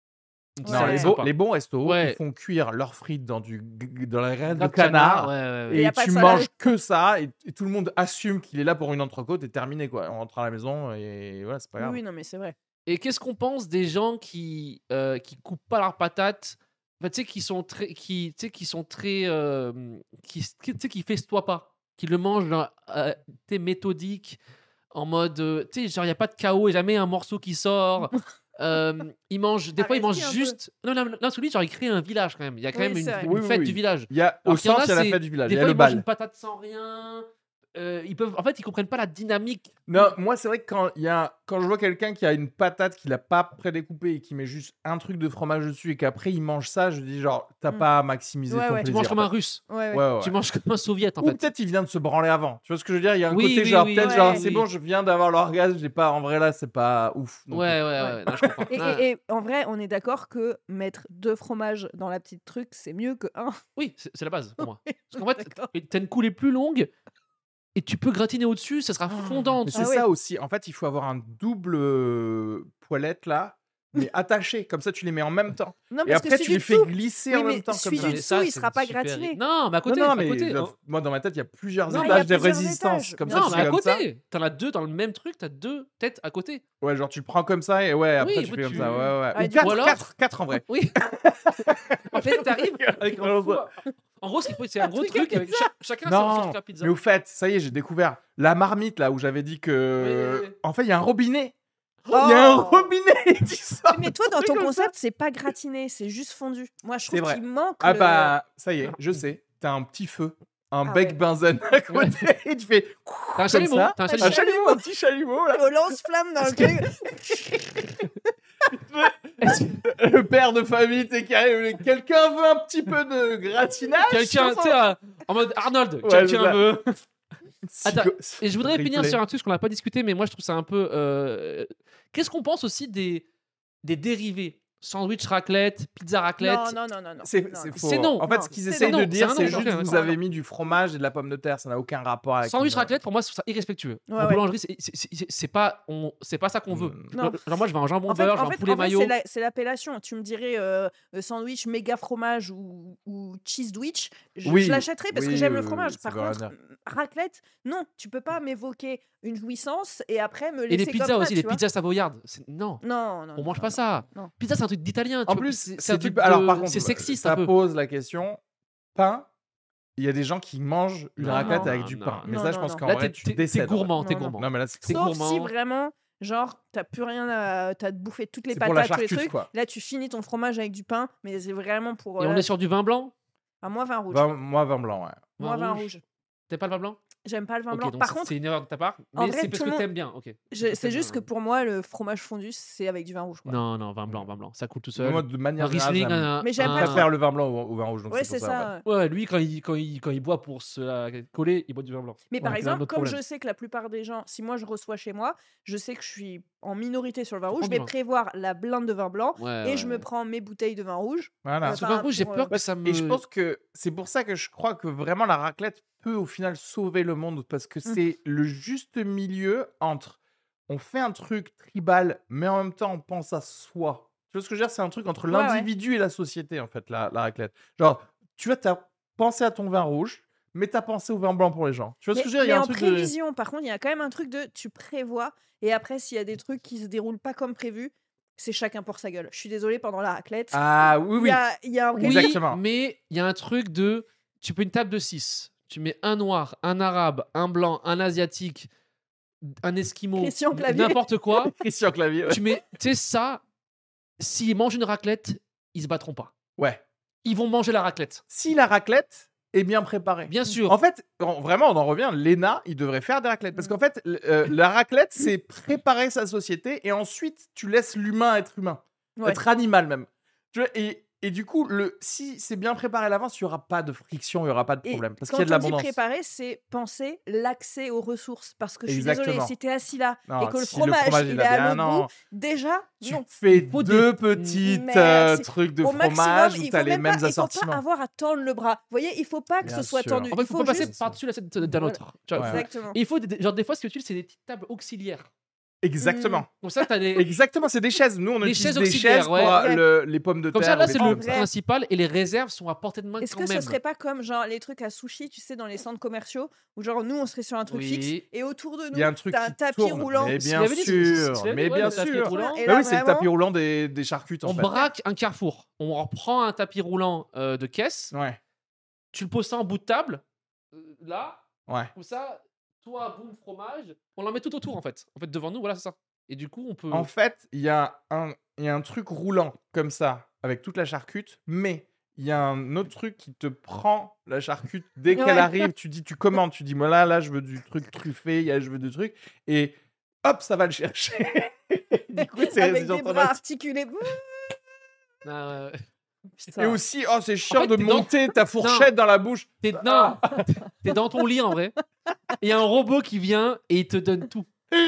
une petite Ouais. Non, salade les, sympa. bons- les bons restos, Ouais. ils font cuire leurs frites dans, du, g- dans la graine de Grappe canard. ouais, ouais, ouais. Et y Et a pas de tu salade. manges que ça, et, et tout le monde assume qu'il est là pour une entrecôte et terminé quoi. On rentre à la maison et voilà, c'est pas Oui, grave. oui, non, mais c'est vrai. Et qu'est-ce qu'on pense des gens qui euh, qui coupent pas leurs patates, enfin, tu sais, qui sont très, qui, tu sais, qui sont très, euh, qui, qui- tu sais, qui festoient pas, qui le mangent, genre, euh, tu sais, méthodique, en mode, euh, tu sais, genre il y a pas de chaos et jamais un morceau qui sort. Euh, ils mangent, des fois ils Arrêtez mangent un peu. juste. Non, non, non, parce que lui, genre il crée un village quand même. Il y a quand Oui, même une, c'est vrai. une Oui, oui, fête oui. du village. Il y a au Alors qu'il y en centre, a, il y a la c'est- fête du village, Des il y a fois le ils mangent bal. une patate sans rien. Euh, ils peuvent, en fait, ils comprennent pas la dynamique. Non, moi c'est vrai que quand il y a quand je vois quelqu'un qui a une patate qu'il a pas prédécoupée et qui met juste un truc de fromage dessus et qu'après il mange ça, je dis genre t'as Mm. pas maximisé Ouais, ton ouais. Tu plaisir. manges comme en un fait. russe. Ouais, ouais. Ouais, ouais, ouais. Tu manges comme un soviète en Ou fait. peut-être il vient de se branler avant. Tu vois ce que je veux dire? Il y a un Oui, côté oui, genre oui, peut-être ouais, genre oui. c'est bon, je viens d'avoir l'orgasme, j'ai pas en vrai là, c'est pas ouf. non Ouais, plus. ouais, ouais. Non, je comprends. Et, Ah. et- et en vrai, on est d'accord que mettre deux fromages dans la petite truc, c'est mieux que un. Oui, c'est c'est la base pour moi. Parce qu'en fait, D'accord. t'as une coulée plus longue et tu peux gratiner au-dessus, ça sera fondant en Mais dessous. c'est Ah ouais. ça aussi. En fait, il faut avoir un double euh, poêlette là, mais attaché. Comme ça, tu les mets en même temps. Non, Et parce que après, celui tu les du fais dessous- glisser Oui, en mais même temps comme celui ça. du Mais ça, dessous, il c'est sera pas super- gratiné. Non, mais à côté, non, non, à mais côté. je- Oh. moi dans ma tête, il y a plusieurs Non, il y étages, a des plusieurs résistances. étages, Comme bien ça, Non, tu mais fais à comme ça. côté. T'en as deux dans le même truc, t'as deux têtes à côté. Ouais, genre tu prends comme ça et ouais, après Oui, tu bah, fais comme tu- ça. Ouais, ouais. Ah, Ou du quatre, coup, alors- quatre, quatre en vrai. Oui. En fait, t'arrives avec un four. En gros, ce qu'il faut, c'est un Un gros truc à truc avec pizza. cha- chacun son son Non, truc à pizza. mais au fait, ça y est, j'ai découvert la marmite là où j'avais dit que. Oui, oui, oui. En fait, il y a un robinet. Oh. Il y a un robinet qui sort. Mais toi, dans truc ton comme concept, c'est pas gratiné, c'est juste fondu. Moi, je C'est trouve vrai. qu'il manque. Ah le- bah, ça y est, je sais. T'as un petit feu, un Ah bec ouais. benzène à côté et tu fais. T'as un comme chalumeau. ça. T'as un Un Un chalumeau. chalumeau, un petit chalumeau là. au lance-flamme dans le truc. Le père de famille, tu sais, qui arrive. Quelqu'un veut un petit peu de gratinage Quelqu'un, sur tu sais, son- euh, en mode Arnold. Ouais, Quelqu'un c'est ça. veut. Psycho- Attends, Et je voudrais finir replay. sur un truc qu'on n'a pas discuté, mais moi je trouve ça un peu. euh, Qu'est-ce qu'on pense aussi des, des dérivés? Sandwich raclette, pizza raclette. Non, non, non, non. non. C'est Non, c'est non. faux. C'est non. En fait, Non, ce qu'ils c'est essayent non. de C'est dire, un c'est non, juste ok, vous ouais. avez mis du fromage et de la pomme de terre. Ça n'a aucun rapport avec. Sandwich une- raclette, pour moi, je trouve ça irrespectueux. Ouais, en ouais. boulangerie, c'est- c'est- c'est c'est pas, on- c'est pas ça qu'on veut. Mm. Non. Genre, moi, je vais un jambon En fait, beurre, je en vais un fait, poulet en fait, mayo. c'est la- c'est l'appellation. Tu me dirais euh, euh, sandwich méga fromage ou, ou cheesedwich, je, Oui, je l'achèterais parce que oui, j'aime oui, le oui, fromage. ça Par veut rien contre, dire. raclette, non, tu peux pas m'évoquer une jouissance et après me Et laisser les pizzas comme ça, aussi, tu les vois. pizzas savoyardes. c'est- Non, Non, non. on non, mange non, pas non. ça. non. Pizza, c'est un truc d'italien. tu En vois, plus, c'est c'est un du. truc Alors, de- par contre, c'est sexiste ça un peu. pose la question. Pain. Il y a des gens qui mangent une Non, raclette non, avec du non, pain. Mais non, ça, je non, pense non. qu'en Là, vrai, t'es- tu t'es t'es décèdes. en vrai. gourmand, t'es Non, non. gourmand. Non, mais là, c'est C'est Sauf gourmand. si vraiment, genre, t'as plus rien à. T'as bouffé toutes les C'est pour la patates, tous les charcute, trucs. quoi. Là, tu finis ton fromage avec du pain, mais c'est vraiment pour. Et euh, on là, est sur du vin blanc. à moi, vin rouge. Vin- Moi, vin blanc, ouais. Moi, vin rouge. T'es pas le vin blanc? J'aime pas le vin Ok, blanc. donc Par c'est- contre, c'est une erreur de ta part. en Mais vrai, c'est parce tout que le monde- t'aimes bien. Ok. je- Parce que c'est t'aimes juste que bien. pour moi, le fromage fondu, c'est avec du vin rouge. quoi. Non, non, vin blanc, vin blanc. Ça coule tout seul. Moi, de manière Un générale, Riesling, j'aime- un- Mais j'aime un- pas je préfère le vin blanc au, au vin rouge. donc Ouais, c'est c'est pour ça. ça. ouais. ouais. Ouais, lui, quand il, quand, il, quand il boit pour se la coller, il boit du vin blanc. Mais par Ouais, c'est un exemple, autre comme problème. je sais que la plupart des gens, si moi je reçois chez moi, je sais que je suis en minorité sur le vin rouge, prends je du vais vin. prévoir la blinde de vin blanc Ouais, et ouais, je ouais. me prends mes bouteilles de vin rouge. Voilà. Euh, Ce enfin, vin rouge, j'ai pour, peur euh, que ça me. Et je pense que c'est pour ça que je crois que vraiment la raclette peut au final sauver le monde parce que Mmh. c'est le juste milieu entre on fait un truc tribal mais en même temps on pense à soi. Tu vois ce que je veux dire? C'est un truc entre Ouais, ouais. l'individu et la société en fait, la, la raclette. Genre, tu vois, t'as pensé à ton vin rouge, mais t'as pensé au vin blanc pour les gens. Tu vois ce Mais, que je veux dire? Il y mais a un en truc prévision, par contre, il y a quand même un truc de tu prévois et après, s'il y a des trucs qui se déroulent pas comme prévu, c'est chacun pour sa gueule. Je suis désolée, pendant la raclette, de. Ah oui, il oui. y a, il y a un Oui, Exactement. mais il y a un truc de. Tu peux une table de six. Tu mets un noir, un arabe, un blanc, un asiatique, un esquimau, Christian Clavier. n'importe quoi. Christian Clavier. Ouais. Tu mets. Tu sais, ça, s'ils mangent une raclette, ils se battront pas. Ouais. Ils vont manger la raclette. Si la raclette est bien préparée. Bien sûr. En fait, on- vraiment, on en revient. L'E N A, il devrait faire des raclettes. Parce qu'en fait, l- euh, la raclette, c'est préparer sa société et ensuite, tu laisses l'humain être humain. Ouais. Être animal même. Tu vois, et, et du coup, le, si c'est bien préparé à l'avance, il n'y aura pas de friction, il n'y aura pas de Et problème. Parce quand qu'il y a de on dit l'abondance. préparer, c'est penser l'accès aux ressources. Parce que je suis Exactement. désolée, si t'es assis là Non, et que le si fromage, il est a à bien, l'autre non. bout, déjà, Tu non. fais Il faut deux des- petites Merci. euh, trucs de Au fromage maximum, où il tu as faut les même mêmes pas, il faut assortiments. pas avoir à tendre le bras. Vous voyez, il faut pas que Bien ce soit sûr. tendu. En fait, il faut faut pas passer juste... par-dessus la tête d'un Voilà. autre. Tu vois. Ouais, ouais. Exactement. Et il faut des, genre des fois ce que tu utilises c'est des petites tables auxiliaires. Exactement. Comme ça t'as des Exactement, c'est des chaises. Nous, on Des utilise chaises des auxiliaires, chaises pour ouais. euh, Ouais. le- les pommes de comme terre. ça là ou des c'est trucs le comme ça. vrai. principal et les réserves sont à portée de main Est-ce quand que ce même. serait pas comme genre les trucs à sushi, tu sais, dans les centres commerciaux, où genre nous on serait sur un truc Oui. fixe et autour de nous Il y a un truc t'as qui un tapis tourne. roulant. Mais C'est bien ce qu'il avait dit, c'est- c'est ce sûr, qu'il avait mais dit, ouais, bien le tapis sûr. roulant. Et Bah là, oui, c'est le vraiment, tapis roulant des, des charcutes en On fait. braque un carrefour. On reprend un tapis roulant euh, de caisse. Ouais, Tu le poses ça en bout de table. euh, là. ouais. Comme ça. Toi, boum, fromage. On l'en met tout autour en fait. En fait devant nous, voilà c'est ça. Et du coup on peut. En fait, il y, a un- il y a un truc roulant comme ça, avec toute la charcute, mais il y a un autre truc qui te prend la charcute dès Ouais. qu'elle arrive. Tu dis, tu commandes, tu dis, moi là, là, je veux du truc truffé, il y a- je veux du truc, et hop, ça va le chercher. Du coup, c'est avec c'est en des train bras de- articulés. Ah, ouais. Putain. Et aussi, oh, c'est chiant fait, de t'es dans- monter ta fourchette dans la bouche. T'es non, t'es dans ton lit en vrai. Et il y a un robot qui vient et il te donne tout.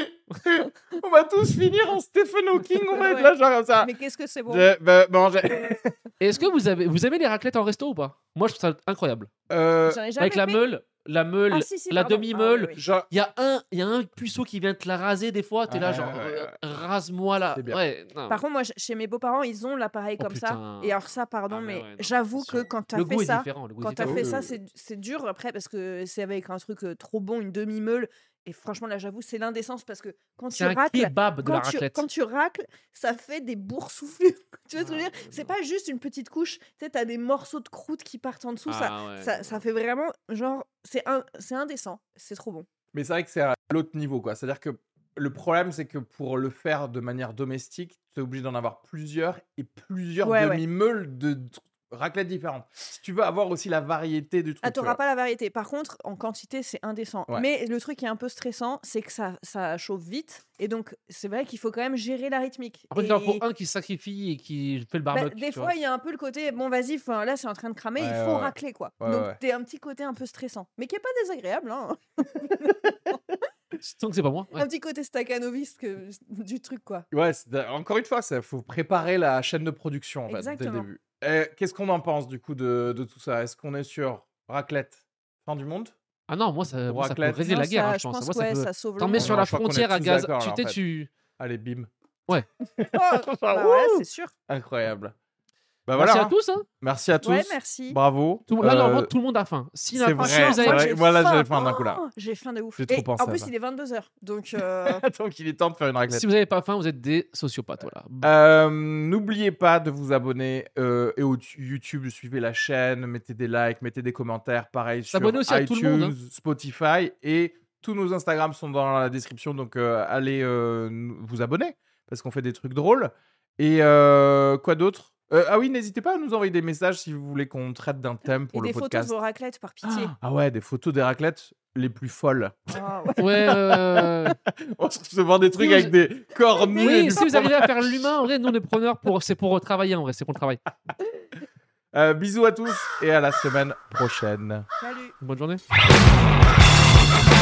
On va tous finir en Stephen Hawking, on va être Ouais. là, genre comme ça. Mais qu'est-ce que c'est bon. Je- bah, bon, j'ai- Et est-ce que vous avez vous aimez les raclettes en resto ou pas? Moi je trouve ça incroyable. Euh, J'en ai jamais Avec la fait. meule, la meule, Ah, si, si, la pardon. demi-meule. Ah, oui, oui. genre, Il y a un, il y a un puceau qui vient te la raser des fois. T'es là Ouais, genre ouais, euh, ouais. rase-moi là. C'est bien. Ouais. Non. Par contre, moi, ch- chez mes beaux-parents, ils ont l'appareil Oh, comme putain. ça. Et alors ça, pardon, Ah, mais mais ouais, non, j'avoue que attention. quand t'as le fait goût est ça, différent. Le goût est quand t'as différent. fait Oui, ça, oui, c'est c'est dur après parce que c'est avec un truc euh, trop bon, une demi-meule. Et franchement, là, j'avoue, c'est l'indécence parce que quand tu C'est un racles, kebab de quand la tu, raclette. quand tu racles, ça fait des boursouflures. Tu vois ce que je veux Ah, dire? ouais, C'est non. pas juste une petite couche. Tu sais, t'as des morceaux de croûte qui partent en dessous. ça, Ah, ouais, ça, non. ça fait vraiment genre, c'est un, c'est indécent. C'est trop bon. mais c'est vrai que c'est à l'autre niveau, quoi. C'est-à-dire que le problème, c'est que pour le faire de manière domestique, tu es obligé d'en avoir plusieurs et plusieurs Ouais, ouais. demi-meules de d- raclettes différentes. Si tu veux avoir aussi la variété du truc. Ah, tu t'auras vois. pas la variété. Par contre, en quantité, c'est indécent. Ouais. Mais le truc qui est un peu stressant, c'est que ça, ça chauffe vite. Et donc, c'est vrai qu'il faut quand même gérer la rythmique. En fait, Et- il en faut un qui se sacrifie et qui fait le bah, barbecue. des tu fois, vois. il y a un peu le côté, bon, vas-y, fin, là, c'est en train de cramer, il Ouais, faut ouais, ouais. racler, quoi. Ouais, donc, ouais. t'es un petit côté un peu stressant. Mais qui est pas désagréable, hein. Tant que c'est pas moi. ouais. Un petit côté staccanoviste que, du truc, quoi. Ouais, c'est- encore une fois, il faut préparer la chaîne de production en fait, dès le Exactement. début. Et Qu'est-ce qu'on en pense du coup de, de tout ça? Est-ce qu'on est sur raclette, fin du monde? Ah non, moi ça, moi, ça peut Raclette. régler Non, la guerre, ça, hein, je pense. Moi, ça ouais, peut- ça sauve T'en le mets monde. sur Non, la je crois qu'on est frontière à tous gaz. d'accord, Tu là, en sais, fait. tu. Allez, bim. Oh, bah ouais, c'est sûr. Incroyable. Bah Merci voilà. à hein. tous. Hein. Merci à tous. Ouais, merci. Bravo. Tout, là, Euh, normalement, tout le monde a faim. Si c'est n'a vrai, pas faim, vous c'est avez- vrai. j'ai Moi, là, faim. j'ai faim d'un coup, là. Oh, j'ai faim de ouf. J'ai trop Et pensé en à plus, ça. il est vingt-deux heures. Donc, euh, Donc il est temps de faire une raclette. Si vous n'avez pas faim, vous êtes des sociopathes. Voilà. Euh, N'oubliez pas de vous abonner euh, et au YouTube, suivez la chaîne, mettez des likes, mettez des commentaires, pareil sur S'abonner aussi à tout le iTunes, monde, hein. Spotify et tous nos Instagrams sont dans la description, donc euh, allez euh, nous- vous abonner parce qu'on fait des trucs drôles. Et euh, quoi d'autre? Euh, Ah oui, n'hésitez pas à nous envoyer des messages si vous voulez qu'on traite d'un thème et pour des le photos podcast. de vos raclettes, par pitié. Ah ouais, des photos des raclettes les plus folles. Ah, ouais. Ouais, euh, On se recevoir des trucs Oui, avec vous- des corps nus. et oui, du si vous fromage. arrivez à faire l'humain, en vrai, nous on est preneurs pour, c'est pour travailler en vrai, c'est pour le travail. Euh, bisous à tous et à la semaine prochaine. Salut. Bonne journée.